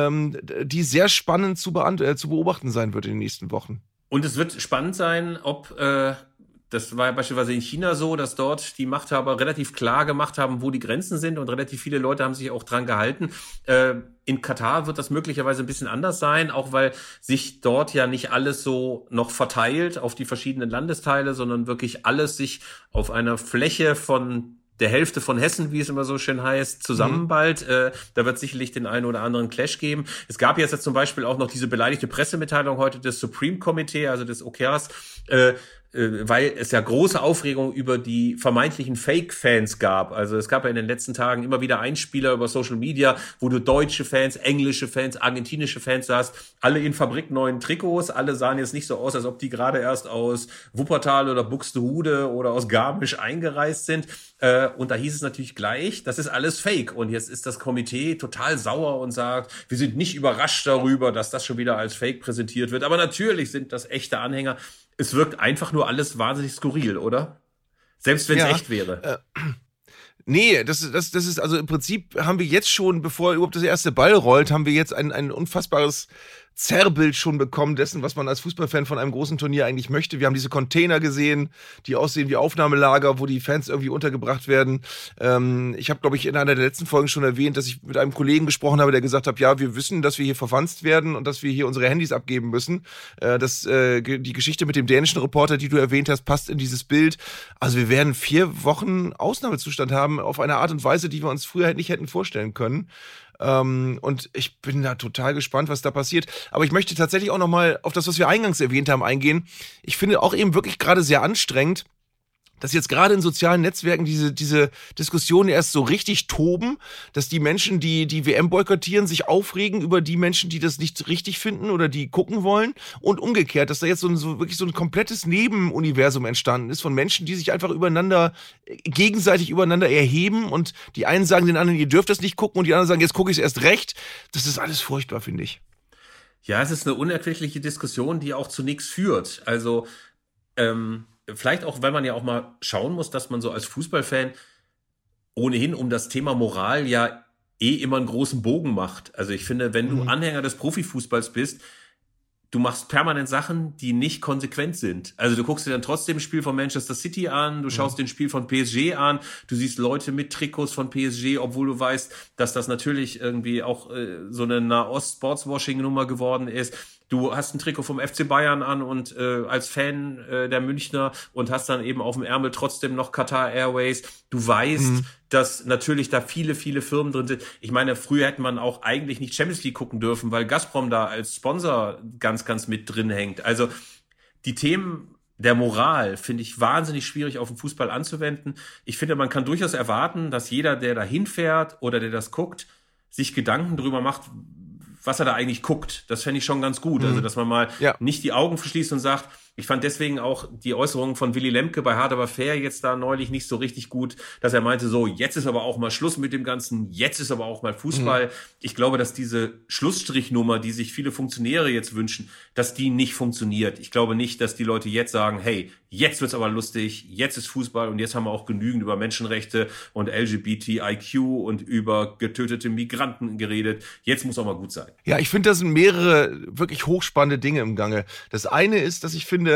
die sehr spannend zu beobachten sein wird in den nächsten Wochen. Und es wird spannend sein, ob das war ja beispielsweise in China so, dass dort die Machthaber relativ klar gemacht haben, wo die Grenzen sind und relativ viele Leute haben sich auch dran gehalten. In Katar wird das möglicherweise ein bisschen anders sein, auch weil sich dort ja nicht alles so noch verteilt auf die verschiedenen Landesteile, sondern wirklich alles sich auf einer Fläche von der Hälfte von Hessen, wie es immer so schön heißt, zusammenballt. Da wird sicherlich den einen oder anderen Clash geben. Es gab jetzt zum Beispiel auch noch diese beleidigte Pressemitteilung heute des Supreme Committee, also des OKAs, weil es ja große Aufregung über die vermeintlichen Fake-Fans gab. Also es gab ja in den letzten Tagen immer wieder Einspieler über Social Media, wo du deutsche Fans, englische Fans, argentinische Fans sahst, alle in fabrikneuen Trikots, alle sahen jetzt nicht so aus, als ob die gerade erst aus Wuppertal oder Buxtehude oder aus Garmisch eingereist sind. Und da hieß es natürlich gleich, das ist alles Fake. Und jetzt ist das Komitee total sauer und sagt, wir sind nicht überrascht darüber, dass das schon wieder als Fake präsentiert wird. Aber natürlich sind das echte Anhänger. Es wirkt einfach nur alles wahnsinnig skurril, oder? Selbst wenn es echt wäre. Nee, das ist, also im Prinzip haben wir jetzt schon, bevor überhaupt das erste Ball rollt, haben wir jetzt ein unfassbares Zerrbild schon bekommen dessen, was man als Fußballfan von einem großen Turnier eigentlich möchte. Wir haben diese Container gesehen, die aussehen wie Aufnahmelager, wo die Fans irgendwie untergebracht werden. Ich habe, glaube ich, in einer der letzten Folgen schon erwähnt, dass ich mit einem Kollegen gesprochen habe, der gesagt hat, ja, wir wissen, dass wir hier verwanzt werden und dass wir hier unsere Handys abgeben müssen. Die Geschichte mit dem dänischen Reporter, die du erwähnt hast, passt in dieses Bild. Also wir werden 4 Wochen Ausnahmezustand haben auf eine Art und Weise, die wir uns früher nicht hätten vorstellen können. Und ich bin da total gespannt, was da passiert. Aber ich möchte tatsächlich auch nochmal auf das, was wir eingangs erwähnt haben, eingehen. Ich finde auch eben wirklich gerade sehr anstrengend, dass jetzt gerade in sozialen Netzwerken diese Diskussionen erst so richtig toben, dass die Menschen, die WM boykottieren, sich aufregen über die Menschen, die das nicht richtig finden oder die gucken wollen, und umgekehrt, dass da jetzt wirklich so ein komplettes Nebenuniversum entstanden ist von Menschen, die sich einfach gegenseitig übereinander erheben, und die einen sagen den anderen, ihr dürft das nicht gucken, und die anderen sagen, jetzt gucke ich es erst recht. Das ist alles furchtbar, finde ich. Ja, es ist eine unerquickliche Diskussion, die auch zu nichts führt. Also, vielleicht auch, weil man ja auch mal schauen muss, dass man so als Fußballfan ohnehin um das Thema Moral ja immer einen großen Bogen macht. Also ich finde, wenn du Anhänger des Profifußballs bist, du machst permanent Sachen, die nicht konsequent sind. Also du guckst dir dann trotzdem ein Spiel von Manchester City an, du schaust den Spiel von PSG an, du siehst Leute mit Trikots von PSG, obwohl du weißt, dass das natürlich irgendwie auch so eine Nahost-Sportswashing-Nummer geworden ist. Du hast ein Trikot vom FC Bayern an und als Fan der Münchner und hast dann eben auf dem Ärmel trotzdem noch Qatar Airways. Du weißt, dass natürlich da viele, viele Firmen drin sind. Ich meine, früher hätte man auch eigentlich nicht Champions League gucken dürfen, weil Gazprom da als Sponsor ganz, ganz mit drin hängt. Also die Themen der Moral finde ich wahnsinnig schwierig auf den Fußball anzuwenden. Ich finde, man kann durchaus erwarten, dass jeder, der da hinfährt oder der das guckt, sich Gedanken drüber macht, was er da eigentlich guckt. Das fände ich schon ganz gut. Also, dass man mal nicht die Augen verschließt und sagt, ich fand deswegen auch die Äußerungen von Willy Lemke bei Hard aber fair jetzt da neulich nicht so richtig gut, dass er meinte, so, jetzt ist aber auch mal Schluss mit dem Ganzen, jetzt ist aber auch mal Fußball. Ich glaube, dass diese Schlussstrichnummer, die sich viele Funktionäre jetzt wünschen, dass die nicht funktioniert. Ich glaube nicht, dass die Leute jetzt sagen, hey, jetzt wird's aber lustig, jetzt ist Fußball und jetzt haben wir auch genügend über Menschenrechte und LGBTIQ und über getötete Migranten geredet. Jetzt muss auch mal gut sein. Ja, ich finde, da sind mehrere wirklich hochspannende Dinge im Gange. Das eine ist, dass ich finde,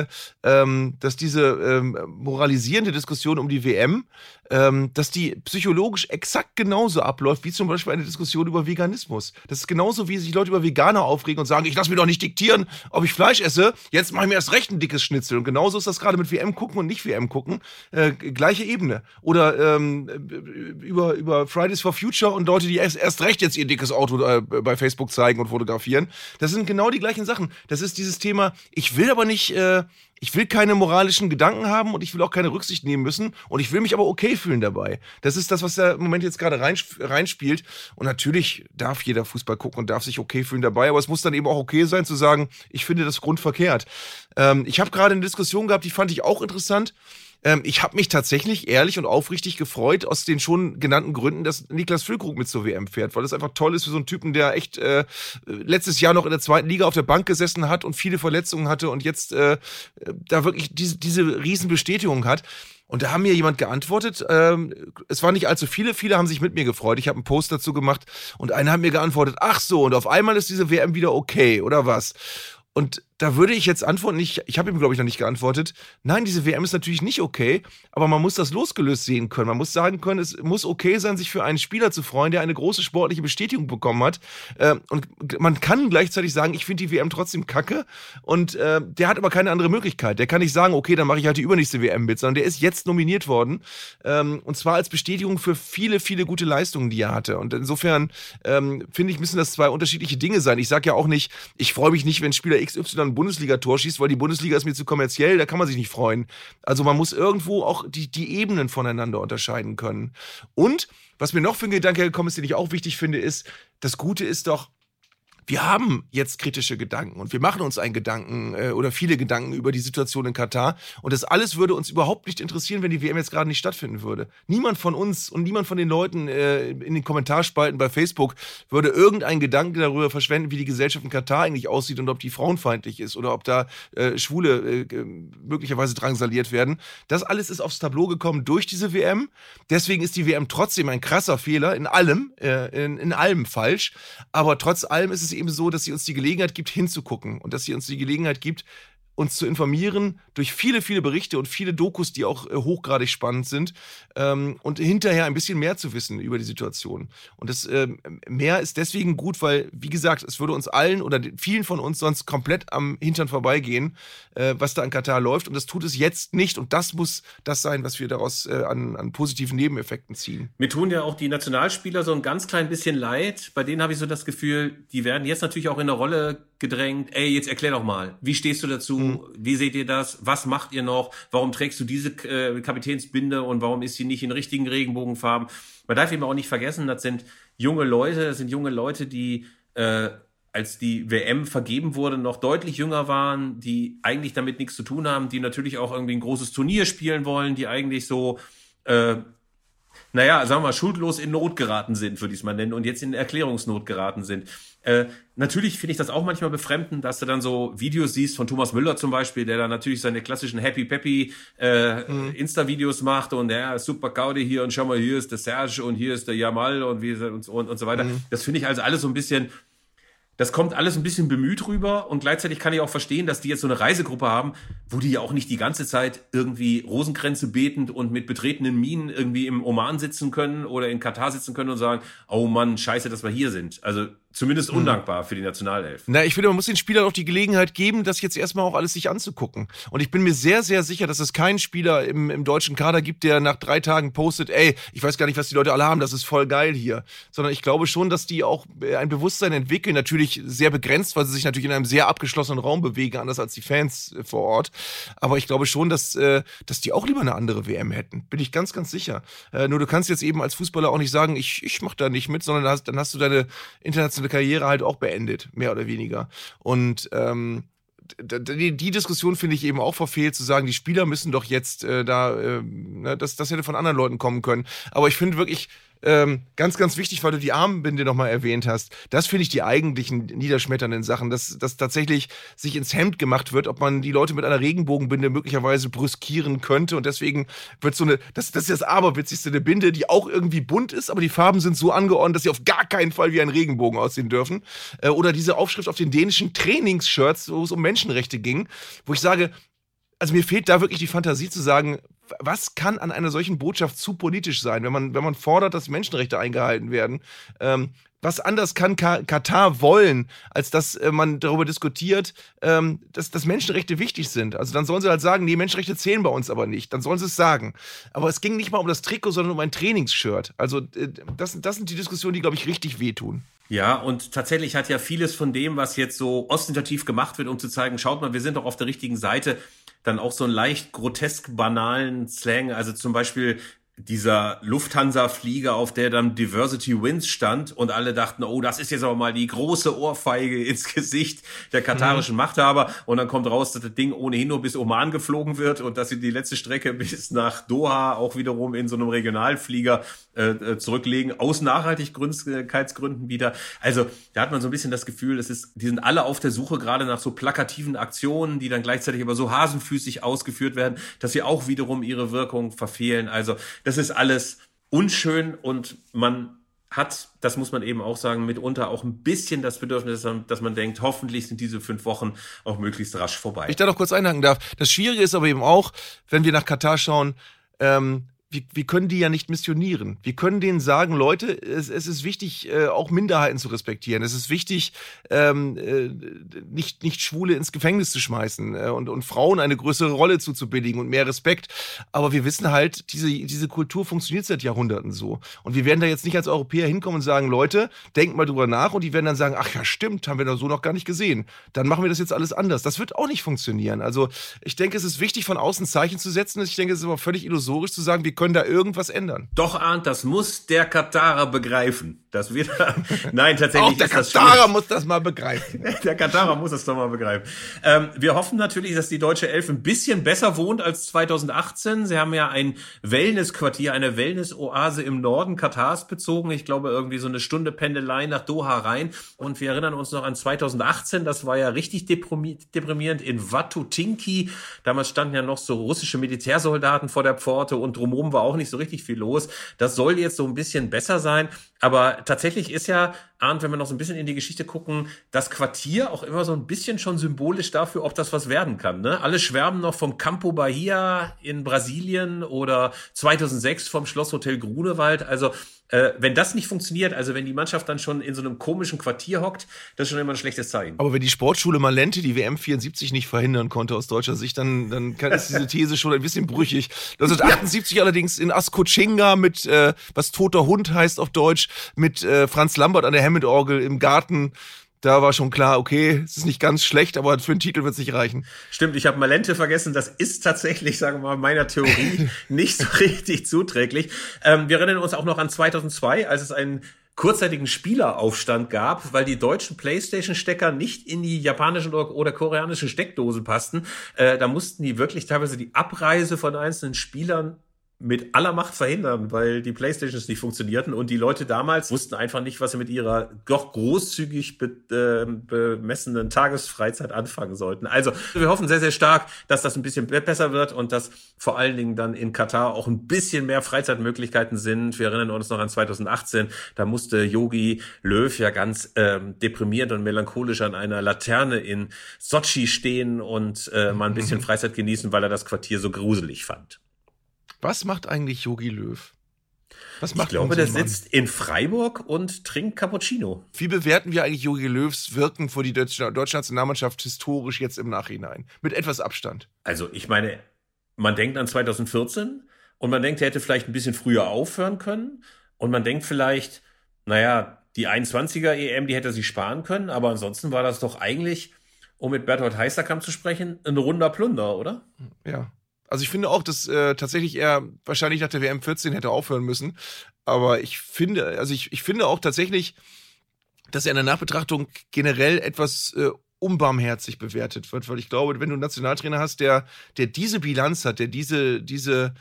dass diese moralisierende Diskussion um die WM, dass die psychologisch exakt genauso abläuft, wie zum Beispiel eine Diskussion über Veganismus. Das ist genauso, wie sich Leute über Veganer aufregen und sagen, ich lasse mir doch nicht diktieren, ob ich Fleisch esse, jetzt mache ich mir erst recht ein dickes Schnitzel. Und genauso ist das gerade mit WM gucken und nicht WM gucken. Gleiche Ebene. Oder über Fridays for Future und Leute, die erst recht jetzt ihr dickes Auto bei Facebook zeigen und fotografieren. Das sind genau die gleichen Sachen. Das ist dieses Thema, ich will aber nicht ich will keine moralischen Gedanken haben und ich will auch keine Rücksicht nehmen müssen und ich will mich aber okay fühlen dabei. Das ist das, was da im Moment jetzt gerade reinspielt. Und natürlich darf jeder Fußball gucken und darf sich okay fühlen dabei, aber es muss dann eben auch okay sein zu sagen, ich finde das grundverkehrt. Ich habe gerade eine Diskussion gehabt, die fand ich auch interessant. Ich habe mich tatsächlich ehrlich und aufrichtig gefreut, aus den schon genannten Gründen, dass Niklas Füllkrug mit zur WM fährt, weil das einfach toll ist für so einen Typen, der echt letztes Jahr noch in der 2. Liga auf der Bank gesessen hat und viele Verletzungen hatte und jetzt da wirklich diese Riesenbestätigung hat. Und da haben mir jemand geantwortet, es waren nicht allzu viele haben sich mit mir gefreut. Ich habe einen Post dazu gemacht und einer hat mir geantwortet, ach so, und auf einmal ist diese WM wieder okay, oder was? Und da würde ich jetzt antworten, ich habe ihm, glaube ich, noch nicht geantwortet, nein, diese WM ist natürlich nicht okay, aber man muss das losgelöst sehen können. Man muss sagen können, es muss okay sein, sich für einen Spieler zu freuen, der eine große sportliche Bestätigung bekommen hat. Und man kann gleichzeitig sagen, ich finde die WM trotzdem kacke und der hat aber keine andere Möglichkeit. Der kann nicht sagen, okay, dann mache ich halt die übernächste WM mit, sondern der ist jetzt nominiert worden und zwar als Bestätigung für viele, viele gute Leistungen, die er hatte. Und insofern finde ich, müssen das zwei unterschiedliche Dinge sein. Ich sage ja auch nicht, ich freue mich nicht, wenn Spieler XY ein Bundesliga-Tor schießt, weil die Bundesliga ist mir zu kommerziell, da kann man sich nicht freuen. Also man muss irgendwo auch die Ebenen voneinander unterscheiden können. Und was mir noch für ein Gedanke gekommen ist, den ich auch wichtig finde, ist, das Gute ist doch, wir haben jetzt kritische Gedanken und wir machen uns einen Gedanken oder viele Gedanken über die Situation in Katar und das alles würde uns überhaupt nicht interessieren, wenn die WM jetzt gerade nicht stattfinden würde. Niemand von uns und niemand von den Leuten in den Kommentarspalten bei Facebook würde irgendeinen Gedanken darüber verschwenden, wie die Gesellschaft in Katar eigentlich aussieht und ob die frauenfeindlich ist oder ob da Schwule möglicherweise drangsaliert werden. Das alles ist aufs Tableau gekommen durch diese WM. Deswegen ist die WM trotzdem ein krasser Fehler, in allem falsch, aber trotz allem ist es eben so, dass sie uns die Gelegenheit gibt, hinzugucken und dass sie uns die Gelegenheit gibt, uns zu informieren durch viele, viele Berichte und viele Dokus, die auch hochgradig spannend sind und hinterher ein bisschen mehr zu wissen über die Situation. Und das mehr ist deswegen gut, weil, wie gesagt, es würde uns allen oder vielen von uns sonst komplett am Hintern vorbeigehen, was da in Katar läuft. Und das tut es jetzt nicht. Und das muss das sein, was wir daraus an positiven Nebeneffekten ziehen. Mir tun ja auch die Nationalspieler so ein ganz klein bisschen leid. Bei denen habe ich so das Gefühl, die werden jetzt natürlich auch in eine Rolle gedrängt. Ey, jetzt erklär doch mal, wie stehst du dazu? Wie seht ihr das? Was macht ihr noch? Warum trägst du diese Kapitänsbinde und warum ist sie nicht in richtigen Regenbogenfarben? Man darf eben auch nicht vergessen, das sind junge Leute, die als die WM vergeben wurde, noch deutlich jünger waren, die eigentlich damit nichts zu tun haben, die natürlich auch irgendwie ein großes Turnier spielen wollen, die eigentlich so sagen wir mal, schuldlos in Not geraten sind, würde ich es mal nennen, und jetzt in Erklärungsnot geraten sind. Natürlich finde ich das auch manchmal befremdend, dass du dann so Videos siehst von Thomas Müller zum Beispiel, der dann natürlich seine klassischen Happy-Peppy Insta-Videos macht und ja, super Gaudi hier und schau mal, hier ist der Serge und hier ist der Jamal und so weiter. Das finde ich also alles so ein bisschen... Das kommt alles ein bisschen bemüht rüber und gleichzeitig kann ich auch verstehen, dass die jetzt so eine Reisegruppe haben, wo die ja auch nicht die ganze Zeit irgendwie Rosenkränze betend und mit betretenen Mienen irgendwie im Oman sitzen können oder in Katar sitzen können und sagen, oh Mann, scheiße, dass wir hier sind. Also zumindest undankbar für die Nationalelf. Na, ich finde, man muss den Spielern auch die Gelegenheit geben, das jetzt erstmal auch alles sich anzugucken. Und ich bin mir sehr, sehr sicher, dass es keinen Spieler im deutschen Kader gibt, der nach 3 Tagen postet, ey, ich weiß gar nicht, was die Leute alle haben, das ist voll geil hier. Sondern ich glaube schon, dass die auch ein Bewusstsein entwickeln, natürlich sehr begrenzt, weil sie sich natürlich in einem sehr abgeschlossenen Raum bewegen, anders als die Fans vor Ort. Aber ich glaube schon, dass die auch lieber eine andere WM hätten. Bin ich ganz, ganz sicher. Nur du kannst jetzt eben als Fußballer auch nicht sagen, ich mach da nicht mit, sondern dann hast du deine internationale Karriere halt auch beendet, mehr oder weniger. Und die Diskussion finde ich eben auch verfehlt, zu sagen, die Spieler müssen doch jetzt das hätte von anderen Leuten kommen können. Aber ich finde wirklich ganz, ganz wichtig, weil du die Armbinde nochmal erwähnt hast, das finde ich die eigentlichen niederschmetternden Sachen, dass tatsächlich sich ins Hemd gemacht wird, ob man die Leute mit einer Regenbogenbinde möglicherweise brüskieren könnte und deswegen wird das ist das Aberwitzigste, eine Binde, die auch irgendwie bunt ist, aber die Farben sind so angeordnet, dass sie auf gar keinen Fall wie ein Regenbogen aussehen dürfen. Oder diese Aufschrift auf den dänischen Trainingsshirts, wo es um Menschenrechte ging, wo ich sage, also mir fehlt da wirklich die Fantasie zu sagen, was kann an einer solchen Botschaft zu politisch sein, wenn man fordert, dass Menschenrechte eingehalten werden? Was anders kann Katar wollen, als dass man darüber diskutiert, dass Menschenrechte wichtig sind? Also dann sollen sie halt sagen, nee, Menschenrechte zählen bei uns aber nicht. Dann sollen sie es sagen. Aber es ging nicht mal um das Trikot, sondern um ein Trainingsshirt. Also das sind die Diskussionen, die, glaube ich, richtig wehtun. Ja, und tatsächlich hat ja vieles von dem, was jetzt so ostentativ gemacht wird, um zu zeigen, schaut mal, wir sind doch auf der richtigen Seite, dann auch so einen leicht grotesk banalen Slang, also zum Beispiel dieser Lufthansa-Flieger, auf der dann Diversity Wins stand und alle dachten, oh, das ist jetzt aber mal die große Ohrfeige ins Gesicht der katarischen Machthaber, und dann kommt raus, dass das Ding ohnehin nur bis Oman geflogen wird und dass sie die letzte Strecke bis nach Doha auch wiederum in so einem Regionalflieger zurücklegen, aus Nachhaltigkeitsgründen wieder. Also da hat man so ein bisschen das Gefühl, die sind alle auf der Suche gerade nach so plakativen Aktionen, die dann gleichzeitig aber so hasenfüßig ausgeführt werden, dass sie auch wiederum ihre Wirkung verfehlen. Also das ist alles unschön, und man hat, das muss man eben auch sagen, mitunter auch ein bisschen das Bedürfnis, dass man denkt, hoffentlich sind diese 5 Wochen auch möglichst rasch vorbei. Ich da noch kurz einhaken darf. Das Schwierige ist aber eben auch, wenn wir nach Katar schauen, wir können die ja nicht missionieren. Wir können denen sagen, Leute, es ist wichtig, auch Minderheiten zu respektieren. Es ist wichtig, nicht Schwule ins Gefängnis zu schmeißen und Frauen eine größere Rolle zuzubilligen und mehr Respekt. Aber wir wissen halt, diese Kultur funktioniert seit Jahrhunderten so. Und wir werden da jetzt nicht als Europäer hinkommen und sagen, Leute, denkt mal drüber nach. Und die werden dann sagen, ach ja, stimmt, haben wir da so noch gar nicht gesehen. Dann machen wir das jetzt alles anders. Das wird auch nicht funktionieren. Also ich denke, es ist wichtig, von außen Zeichen zu setzen. Ich denke, es ist aber völlig illusorisch zu sagen, wir können da irgendwas ändern. Doch, Arndt, das muss der Katarer begreifen. Das wird, nein, tatsächlich auch der Katarer muss das mal begreifen. Der Katarer muss das doch mal begreifen. Wir hoffen natürlich, dass die deutsche Elf ein bisschen besser wohnt als 2018. Sie haben ja ein Wellnessquartier, eine Wellnessoase im Norden Katars bezogen. Ich glaube, irgendwie so eine Stunde Pendelei nach Doha rein. Und wir erinnern uns noch an 2018. Das war ja richtig deprimierend in Watutinki. Damals standen ja noch so russische Militärsoldaten vor der Pforte und drumherum war auch nicht so richtig viel los. Das soll jetzt so ein bisschen besser sein. Aber tatsächlich ist ja, Arndt, wenn wir noch so ein bisschen in die Geschichte gucken, das Quartier auch immer so ein bisschen schon symbolisch dafür, ob das was werden kann. Ne? Alle schwärmen noch vom Campo Bahia in Brasilien oder 2006 vom Schlosshotel Grunewald. Also wenn das nicht funktioniert, also wenn die Mannschaft dann schon in so einem komischen Quartier hockt, das ist schon immer ein schlechtes Zeichen. Aber wenn die Sportschule Malente die WM 74 nicht verhindern konnte aus deutscher Sicht, dann ist diese These schon ein bisschen brüchig. 1978 allerdings in Ascochinga mit, was toter Hund heißt auf Deutsch, mit Franz Lambert an der Hammond-Orgel im Garten. Da war schon klar, okay, es ist nicht ganz schlecht, aber für einen Titel wird es nicht reichen. Stimmt, ich habe Malente vergessen. Das ist tatsächlich, sagen wir mal, meiner Theorie nicht so richtig zuträglich. Wir erinnern uns auch noch an 2002, als es einen kurzzeitigen Spieleraufstand gab, weil die deutschen PlayStation-Stecker nicht in die japanischen oder koreanischen Steckdosen passten. Da mussten die wirklich teilweise die Abreise von einzelnen Spielern mit aller Macht verhindern, weil die Playstations nicht funktionierten und die Leute damals wussten einfach nicht, was sie mit ihrer doch großzügig bemessenen Tagesfreizeit anfangen sollten. Also wir hoffen sehr, sehr stark, dass das ein bisschen besser wird und dass vor allen Dingen dann in Katar auch ein bisschen mehr Freizeitmöglichkeiten sind. Wir erinnern uns noch an 2018, da musste Jogi Löw ja ganz deprimiert und melancholisch an einer Laterne in Sotschi stehen und mal ein bisschen Freizeit genießen, weil er das Quartier so gruselig fand. Was macht eigentlich Jogi Löw? Ich glaube, der sitzt in Freiburg und trinkt Cappuccino. Wie bewerten wir eigentlich Jogi Löws Wirken vor die deutsche Nationalmannschaft historisch jetzt im Nachhinein? Mit etwas Abstand. Also ich meine, man denkt an 2014 und man denkt, er hätte vielleicht ein bisschen früher aufhören können. Und man denkt vielleicht, naja, die 21er EM, die hätte er sich sparen können. Aber ansonsten war das doch eigentlich, um mit Berthold Heisterkamp zu sprechen, ein runder Plunder, oder? Ja. Also ich finde auch, dass tatsächlich er wahrscheinlich nach der WM 14 hätte aufhören müssen. Aber ich finde auch tatsächlich, dass er in der Nachbetrachtung generell etwas unbarmherzig bewertet wird. Weil ich glaube, wenn du einen Nationaltrainer hast, der diese Bilanz hat, der diese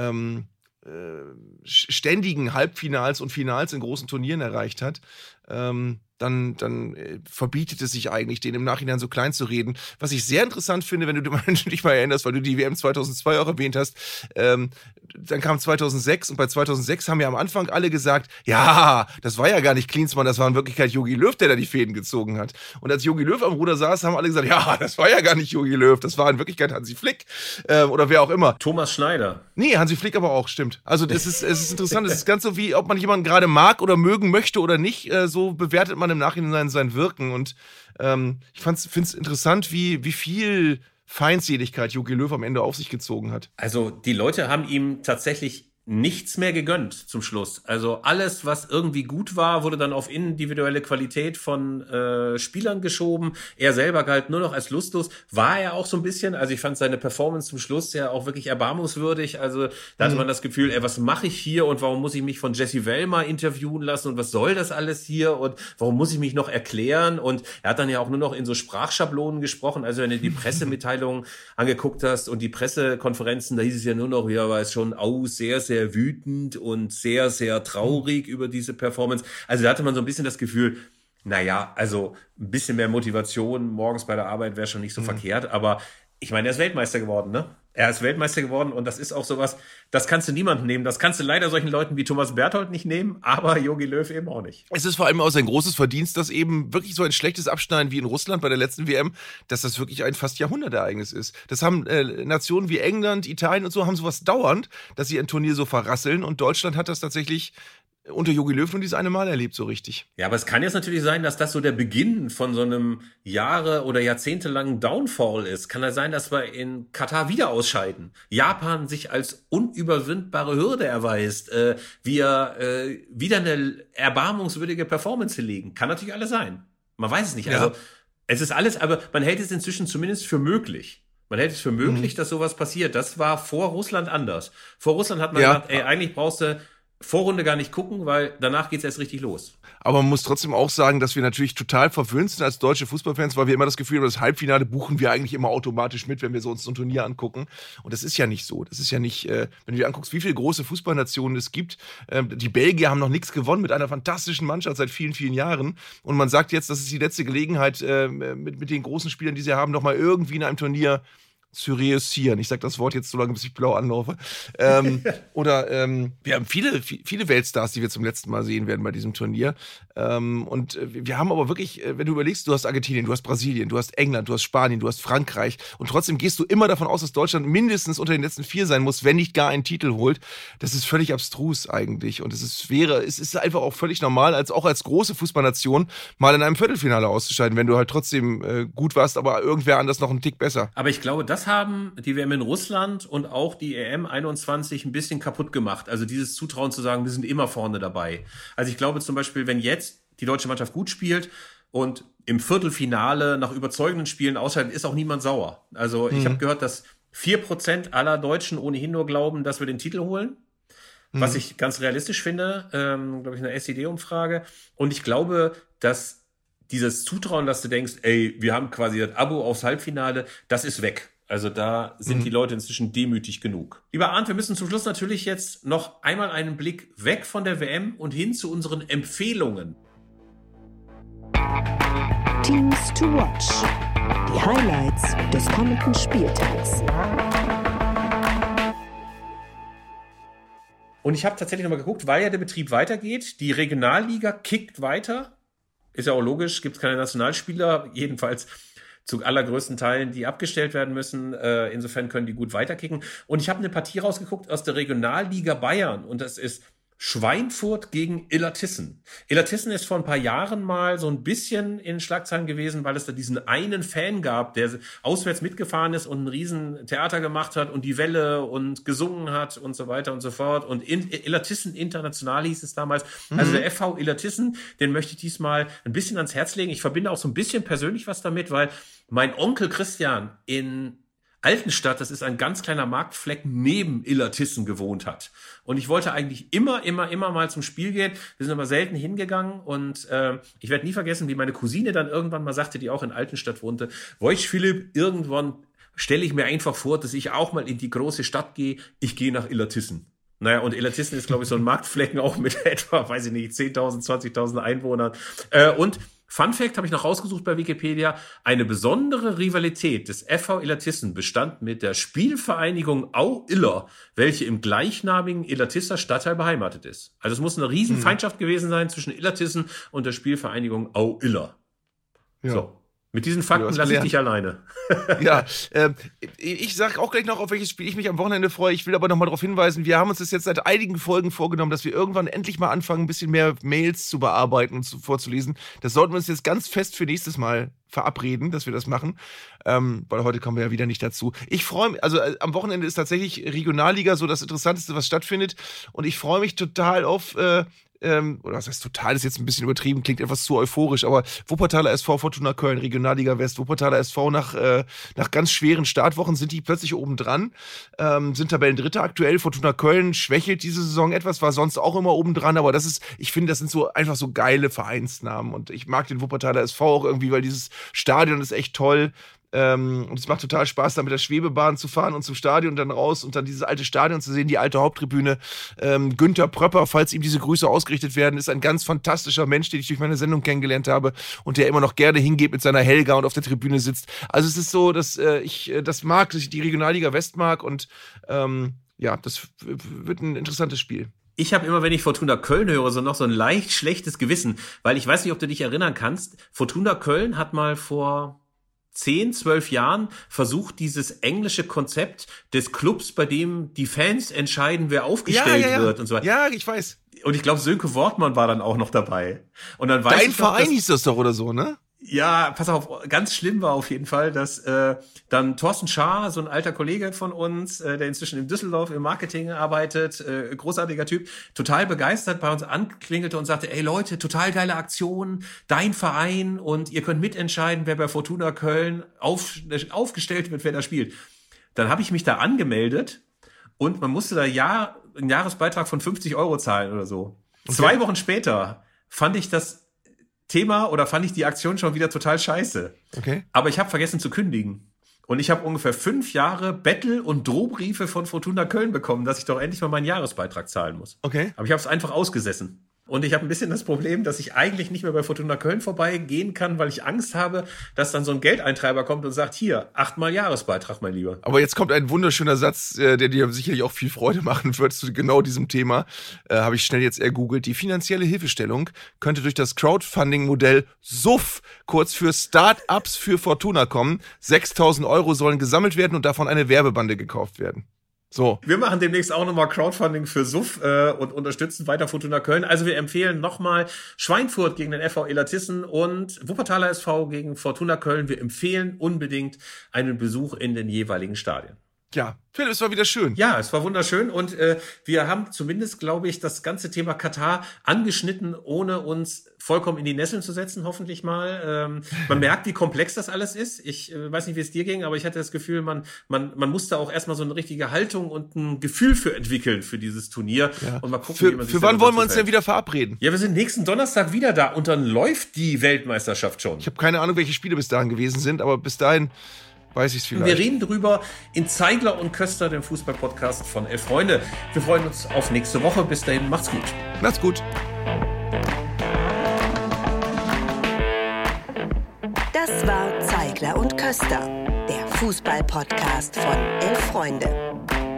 ständigen Halbfinals und Finals in großen Turnieren erreicht hat, dann verbietet es sich eigentlich, den im Nachhinein so klein zu reden. Was ich sehr interessant finde, wenn du dich mal erinnerst, weil du die WM 2002 auch erwähnt hast, dann kam 2006 und bei 2006 haben ja am Anfang alle gesagt, ja, das war ja gar nicht Klinsmann, das war in Wirklichkeit Jogi Löw, der da die Fäden gezogen hat. Und als Jogi Löw am Ruder saß, haben alle gesagt, ja, das war ja gar nicht Jogi Löw, das war in Wirklichkeit Hansi Flick oder wer auch immer. Thomas Schneider. Nee, Hansi Flick aber auch, stimmt. Also es ist interessant, es ist ganz so wie, ob man jemanden gerade mag oder mögen möchte oder nicht, so bewertet man im Nachhinein sein Wirken und ich finde es interessant, wie viel Feindseligkeit Jogi Löw am Ende auf sich gezogen hat. Also die Leute haben ihm tatsächlich nichts mehr gegönnt zum Schluss. Also alles, was irgendwie gut war, wurde dann auf individuelle Qualität von Spielern geschoben. Er selber galt nur noch als lustlos. War er auch so ein bisschen. Also ich fand seine Performance zum Schluss ja auch wirklich erbarmungswürdig. Also da hatte man das Gefühl, was mache ich hier und warum muss ich mich von Jesse Wellmer interviewen lassen und was soll das alles hier und warum muss ich mich noch erklären? Und er hat dann ja auch nur noch in so Sprachschablonen gesprochen. Also wenn du die Pressemitteilungen angeguckt hast und die Pressekonferenzen, da hieß es ja nur noch, ja, war es schon sehr, sehr wütend und sehr, sehr traurig über diese Performance. Also da hatte man so ein bisschen das Gefühl, naja, also ein bisschen mehr Motivation morgens bei der Arbeit wäre schon nicht so verkehrt, aber ich meine, er ist Weltmeister geworden, ne? Er ist Weltmeister geworden und das ist auch sowas, das kannst du niemandem nehmen. Das kannst du leider solchen Leuten wie Thomas Berthold nicht nehmen, aber Jogi Löw eben auch nicht. Es ist vor allem auch sein großes Verdienst, dass eben wirklich so ein schlechtes Abschneiden wie in Russland bei der letzten WM, dass das wirklich ein fast Jahrhundertereignis ist. Das haben Nationen wie England, Italien und so haben sowas dauernd, dass sie ein Turnier so verrasseln und Deutschland hat das tatsächlich unter Jogi Löw nur dieses eine Mal erlebt, so richtig. Ja, aber es kann jetzt natürlich sein, dass das so der Beginn von so einem Jahre- oder jahrzehntelangen Downfall ist. Kann ja sein, dass wir in Katar wieder ausscheiden. Japan sich als unüberwindbare Hürde erweist. Wir wieder eine erbarmungswürdige Performance legen. Kann natürlich alles sein. Man weiß es nicht. Ja. Also es ist alles, aber man hält es inzwischen zumindest für möglich. Man hält es für möglich, dass sowas passiert. Das war vor Russland anders. Vor Russland hat man gesagt, eigentlich brauchst du Vorrunde gar nicht gucken, weil danach geht's erst richtig los. Aber man muss trotzdem auch sagen, dass wir natürlich total verwöhnt sind als deutsche Fußballfans, weil wir immer das Gefühl haben, das Halbfinale buchen wir eigentlich immer automatisch mit, wenn wir so uns so ein Turnier angucken. Und das ist ja nicht so. Das ist ja nicht, wenn du dir anguckst, wie viele große Fußballnationen es gibt. Die Belgier haben noch nichts gewonnen mit einer fantastischen Mannschaft seit vielen, vielen Jahren. Und man sagt jetzt, das ist die letzte Gelegenheit, mit den großen Spielern, die sie haben, nochmal irgendwie in einem Turnier zu reüssieren. Ich sage das Wort jetzt so lange, bis ich blau anlaufe. Wir haben viele Weltstars, die wir zum letzten Mal sehen werden bei diesem Turnier. Und wir haben aber wirklich, wenn du überlegst, du hast Argentinien, du hast Brasilien, du hast England, du hast Spanien, du hast Frankreich und trotzdem gehst du immer davon aus, dass Deutschland mindestens unter den letzten 4 sein muss, wenn nicht gar einen Titel holt. Das ist völlig abstrus eigentlich und es ist einfach auch völlig normal, auch als große Fußballnation mal in einem Viertelfinale auszuscheiden, wenn du halt trotzdem gut warst, aber irgendwer anders noch einen Tick besser. Aber ich glaube, das haben die WM in Russland und auch die EM 21 ein bisschen kaputt gemacht. Also dieses Zutrauen zu sagen, wir sind immer vorne dabei. Also ich glaube zum Beispiel, wenn jetzt die deutsche Mannschaft gut spielt und im Viertelfinale nach überzeugenden Spielen ausscheidet, ist auch niemand sauer. Also ich habe gehört, dass 4% aller Deutschen ohnehin nur glauben, dass wir den Titel holen. Was ich ganz realistisch finde, glaube ich, eine SED-Umfrage. Und ich glaube, dass dieses Zutrauen, dass du denkst, ey, wir haben quasi das Abo aufs Halbfinale, das ist weg. Also da sind die Leute inzwischen demütig genug. Lieber Arndt, wir müssen zum Schluss natürlich jetzt noch einmal einen Blick weg von der WM und hin zu unseren Empfehlungen. Teams to watch. Die Highlights des kommenden Spieltags. Und ich habe tatsächlich nochmal geguckt, weil ja der Betrieb weitergeht. Die Regionalliga kickt weiter. Ist ja auch logisch, gibt es keine Nationalspieler, jedenfalls zu allergrößten Teilen, die abgestellt werden müssen. Insofern können die gut weiterkicken. Und ich habe eine Partie rausgeguckt aus der Regionalliga Bayern und das ist Schweinfurt gegen Illertissen. Illertissen ist vor ein paar Jahren mal so ein bisschen in Schlagzeilen gewesen, weil es da diesen einen Fan gab, der auswärts mitgefahren ist und ein riesen Theater gemacht hat und die Welle und gesungen hat und so weiter und so fort. Und Illertissen International hieß es damals. Also der FV Illertissen, den möchte ich diesmal ein bisschen ans Herz legen. Ich verbinde auch so ein bisschen persönlich was damit, weil mein Onkel Christian in Altenstadt, das ist ein ganz kleiner Marktfleck neben Illertissen gewohnt hat. Und ich wollte eigentlich immer mal zum Spiel gehen. Wir sind aber selten hingegangen und ich werde nie vergessen, wie meine Cousine dann irgendwann mal sagte, die auch in Altenstadt wohnte, Woich Philipp, irgendwann stelle ich mir einfach vor, dass ich auch mal in die große Stadt gehe. Ich gehe nach Illertissen. Naja, und Illertissen ist, glaube ich, so ein Marktflecken auch mit etwa, weiß ich nicht, 10.000, 20.000 Einwohnern. Und Fun Fact habe ich noch rausgesucht bei Wikipedia. Eine besondere Rivalität des FV Illertissen bestand mit der Spielvereinigung Au-Iller, welche im gleichnamigen Illertisser Stadtteil beheimatet ist. Also es muss eine Riesenfeindschaft gewesen sein zwischen Illertissen und der Spielvereinigung Au-Iller. Ja. So. Mit diesen Fakten lasse ich dich alleine. Ja, ich sage auch gleich noch, auf welches Spiel ich mich am Wochenende freue. Ich will aber noch mal darauf hinweisen, wir haben uns das jetzt seit einigen Folgen vorgenommen, dass wir irgendwann endlich mal anfangen, ein bisschen mehr Mails zu bearbeiten und vorzulesen. Das sollten wir uns jetzt ganz fest für nächstes Mal verabreden, dass wir das machen, weil heute kommen wir ja wieder nicht dazu. Ich freue mich, also am Wochenende ist tatsächlich Regionalliga so das Interessanteste, was stattfindet, und ich freue mich total auf oder was heißt total, ist jetzt ein bisschen übertrieben, klingt etwas zu euphorisch, aber Wuppertaler SV, Fortuna Köln, Regionalliga West, Wuppertaler SV nach ganz schweren Startwochen sind die plötzlich oben dran, sind Tabellendritter aktuell. Fortuna Köln schwächelt diese Saison etwas, war sonst auch immer oben dran, aber ich finde, das sind so einfach so geile Vereinsnamen, und ich mag den Wuppertaler SV auch irgendwie, weil dieses Stadion ist echt toll. Und es macht total Spaß, da mit der Schwebebahn zu fahren und zum Stadion dann raus und dann dieses alte Stadion zu sehen, die alte Haupttribüne. Günther Pröpper, falls ihm diese Grüße ausgerichtet werden, ist ein ganz fantastischer Mensch, den ich durch meine Sendung kennengelernt habe und der immer noch gerne hingeht mit seiner Helga und auf der Tribüne sitzt. Also es ist so, dass ich das mag, dass ich die Regionalliga West mag, und das wird ein interessantes Spiel. Ich habe immer, wenn ich Fortuna Köln höre, so noch so ein leicht schlechtes Gewissen, weil ich weiß nicht, ob du dich erinnern kannst. Fortuna Köln hat mal vor 10, 12 Jahren versucht, dieses englische Konzept des Clubs, bei dem die Fans entscheiden, wer aufgestellt wird und so weiter. Ja, ich weiß. Und ich glaube, Sönke Wortmann war dann auch noch dabei. Und dann weiß Dein Verein hieß das doch oder so, ne? Ja, pass auf, ganz schlimm war auf jeden Fall, dass dann Thorsten Schaar, so ein alter Kollege von uns, der inzwischen in Düsseldorf im Marketing arbeitet, großartiger Typ, total begeistert bei uns anklingelte und sagte, ey Leute, total geile Aktion, dein Verein, und ihr könnt mitentscheiden, wer bei Fortuna Köln aufgestellt wird, wer da spielt. Dann habe ich mich da angemeldet, und man musste da einen Jahresbeitrag von 50 € zahlen oder so. Okay. 2 Wochen später fand ich die Aktion schon wieder total scheiße. Okay. Aber ich habe vergessen zu kündigen. Und ich habe ungefähr 5 Jahre Bettel- und Drohbriefe von Fortuna Köln bekommen, dass ich doch endlich mal meinen Jahresbeitrag zahlen muss. Okay. Aber ich habe es einfach ausgesessen. Und ich habe ein bisschen das Problem, dass ich eigentlich nicht mehr bei Fortuna Köln vorbeigehen kann, weil ich Angst habe, dass dann so ein Geldeintreiber kommt und sagt, hier, 8-mal Jahresbeitrag, mein Lieber. Aber jetzt kommt ein wunderschöner Satz, der dir sicherlich auch viel Freude machen wird zu genau diesem Thema. Habe ich schnell jetzt ergoogelt. Die finanzielle Hilfestellung könnte durch das Crowdfunding-Modell SUF, kurz für Start-ups für Fortuna, kommen. 6.000 € sollen gesammelt werden und davon eine Werbebande gekauft werden. So. Wir machen demnächst auch nochmal Crowdfunding für SUF und unterstützen weiter Fortuna Köln. Also wir empfehlen nochmal Schweinfurt gegen den FV Illertissen und Wuppertaler SV gegen Fortuna Köln. Wir empfehlen unbedingt einen Besuch in den jeweiligen Stadien. Ja, Philipp, es war wieder schön. Ja, es war wunderschön, und wir haben zumindest, glaube ich, das ganze Thema Katar angeschnitten, ohne uns vollkommen in die Nesseln zu setzen, hoffentlich mal. Man merkt, wie komplex das alles ist. Ich weiß nicht, wie es dir ging, aber ich hatte das Gefühl, man musste auch erstmal so eine richtige Haltung und ein Gefühl für entwickeln für dieses Turnier. Ja. Und mal gucken, wie man sich für wann wollen wir uns denn wieder verabreden? Ja, wir sind nächsten Donnerstag wieder da, und dann läuft die Weltmeisterschaft schon. Ich habe keine Ahnung, welche Spiele bis dahin gewesen sind, aber bis dahin weiß ich es vielleicht. Wir reden drüber in Zeigler und Köster, dem Fußball-Podcast von 11 Freunde. Wir freuen uns auf nächste Woche. Bis dahin, macht's gut. Macht's gut. Das war Zeigler und Köster, der Fußball-Podcast von 11 Freunde.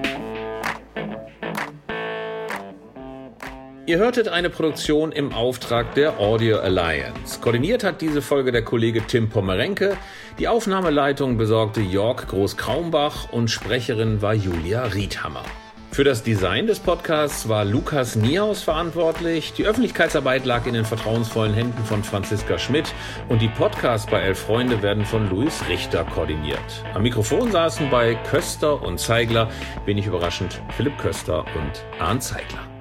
Ihr hörtet eine Produktion im Auftrag der Audio Alliance. Koordiniert hat diese Folge der Kollege Tim Pommerenke. Die Aufnahmeleitung besorgte Jörg Groß-Kraumbach und Sprecherin war Julia Riedhammer. Für das Design des Podcasts war Lukas Niehaus verantwortlich. Die Öffentlichkeitsarbeit lag in den vertrauensvollen Händen von Franziska Schmidt, und die Podcasts bei 11 Freunde werden von Luis Richter koordiniert. Am Mikrofon saßen bei Köster und Zeigler, wenig überraschend, Philipp Köster und Arndt Zeigler.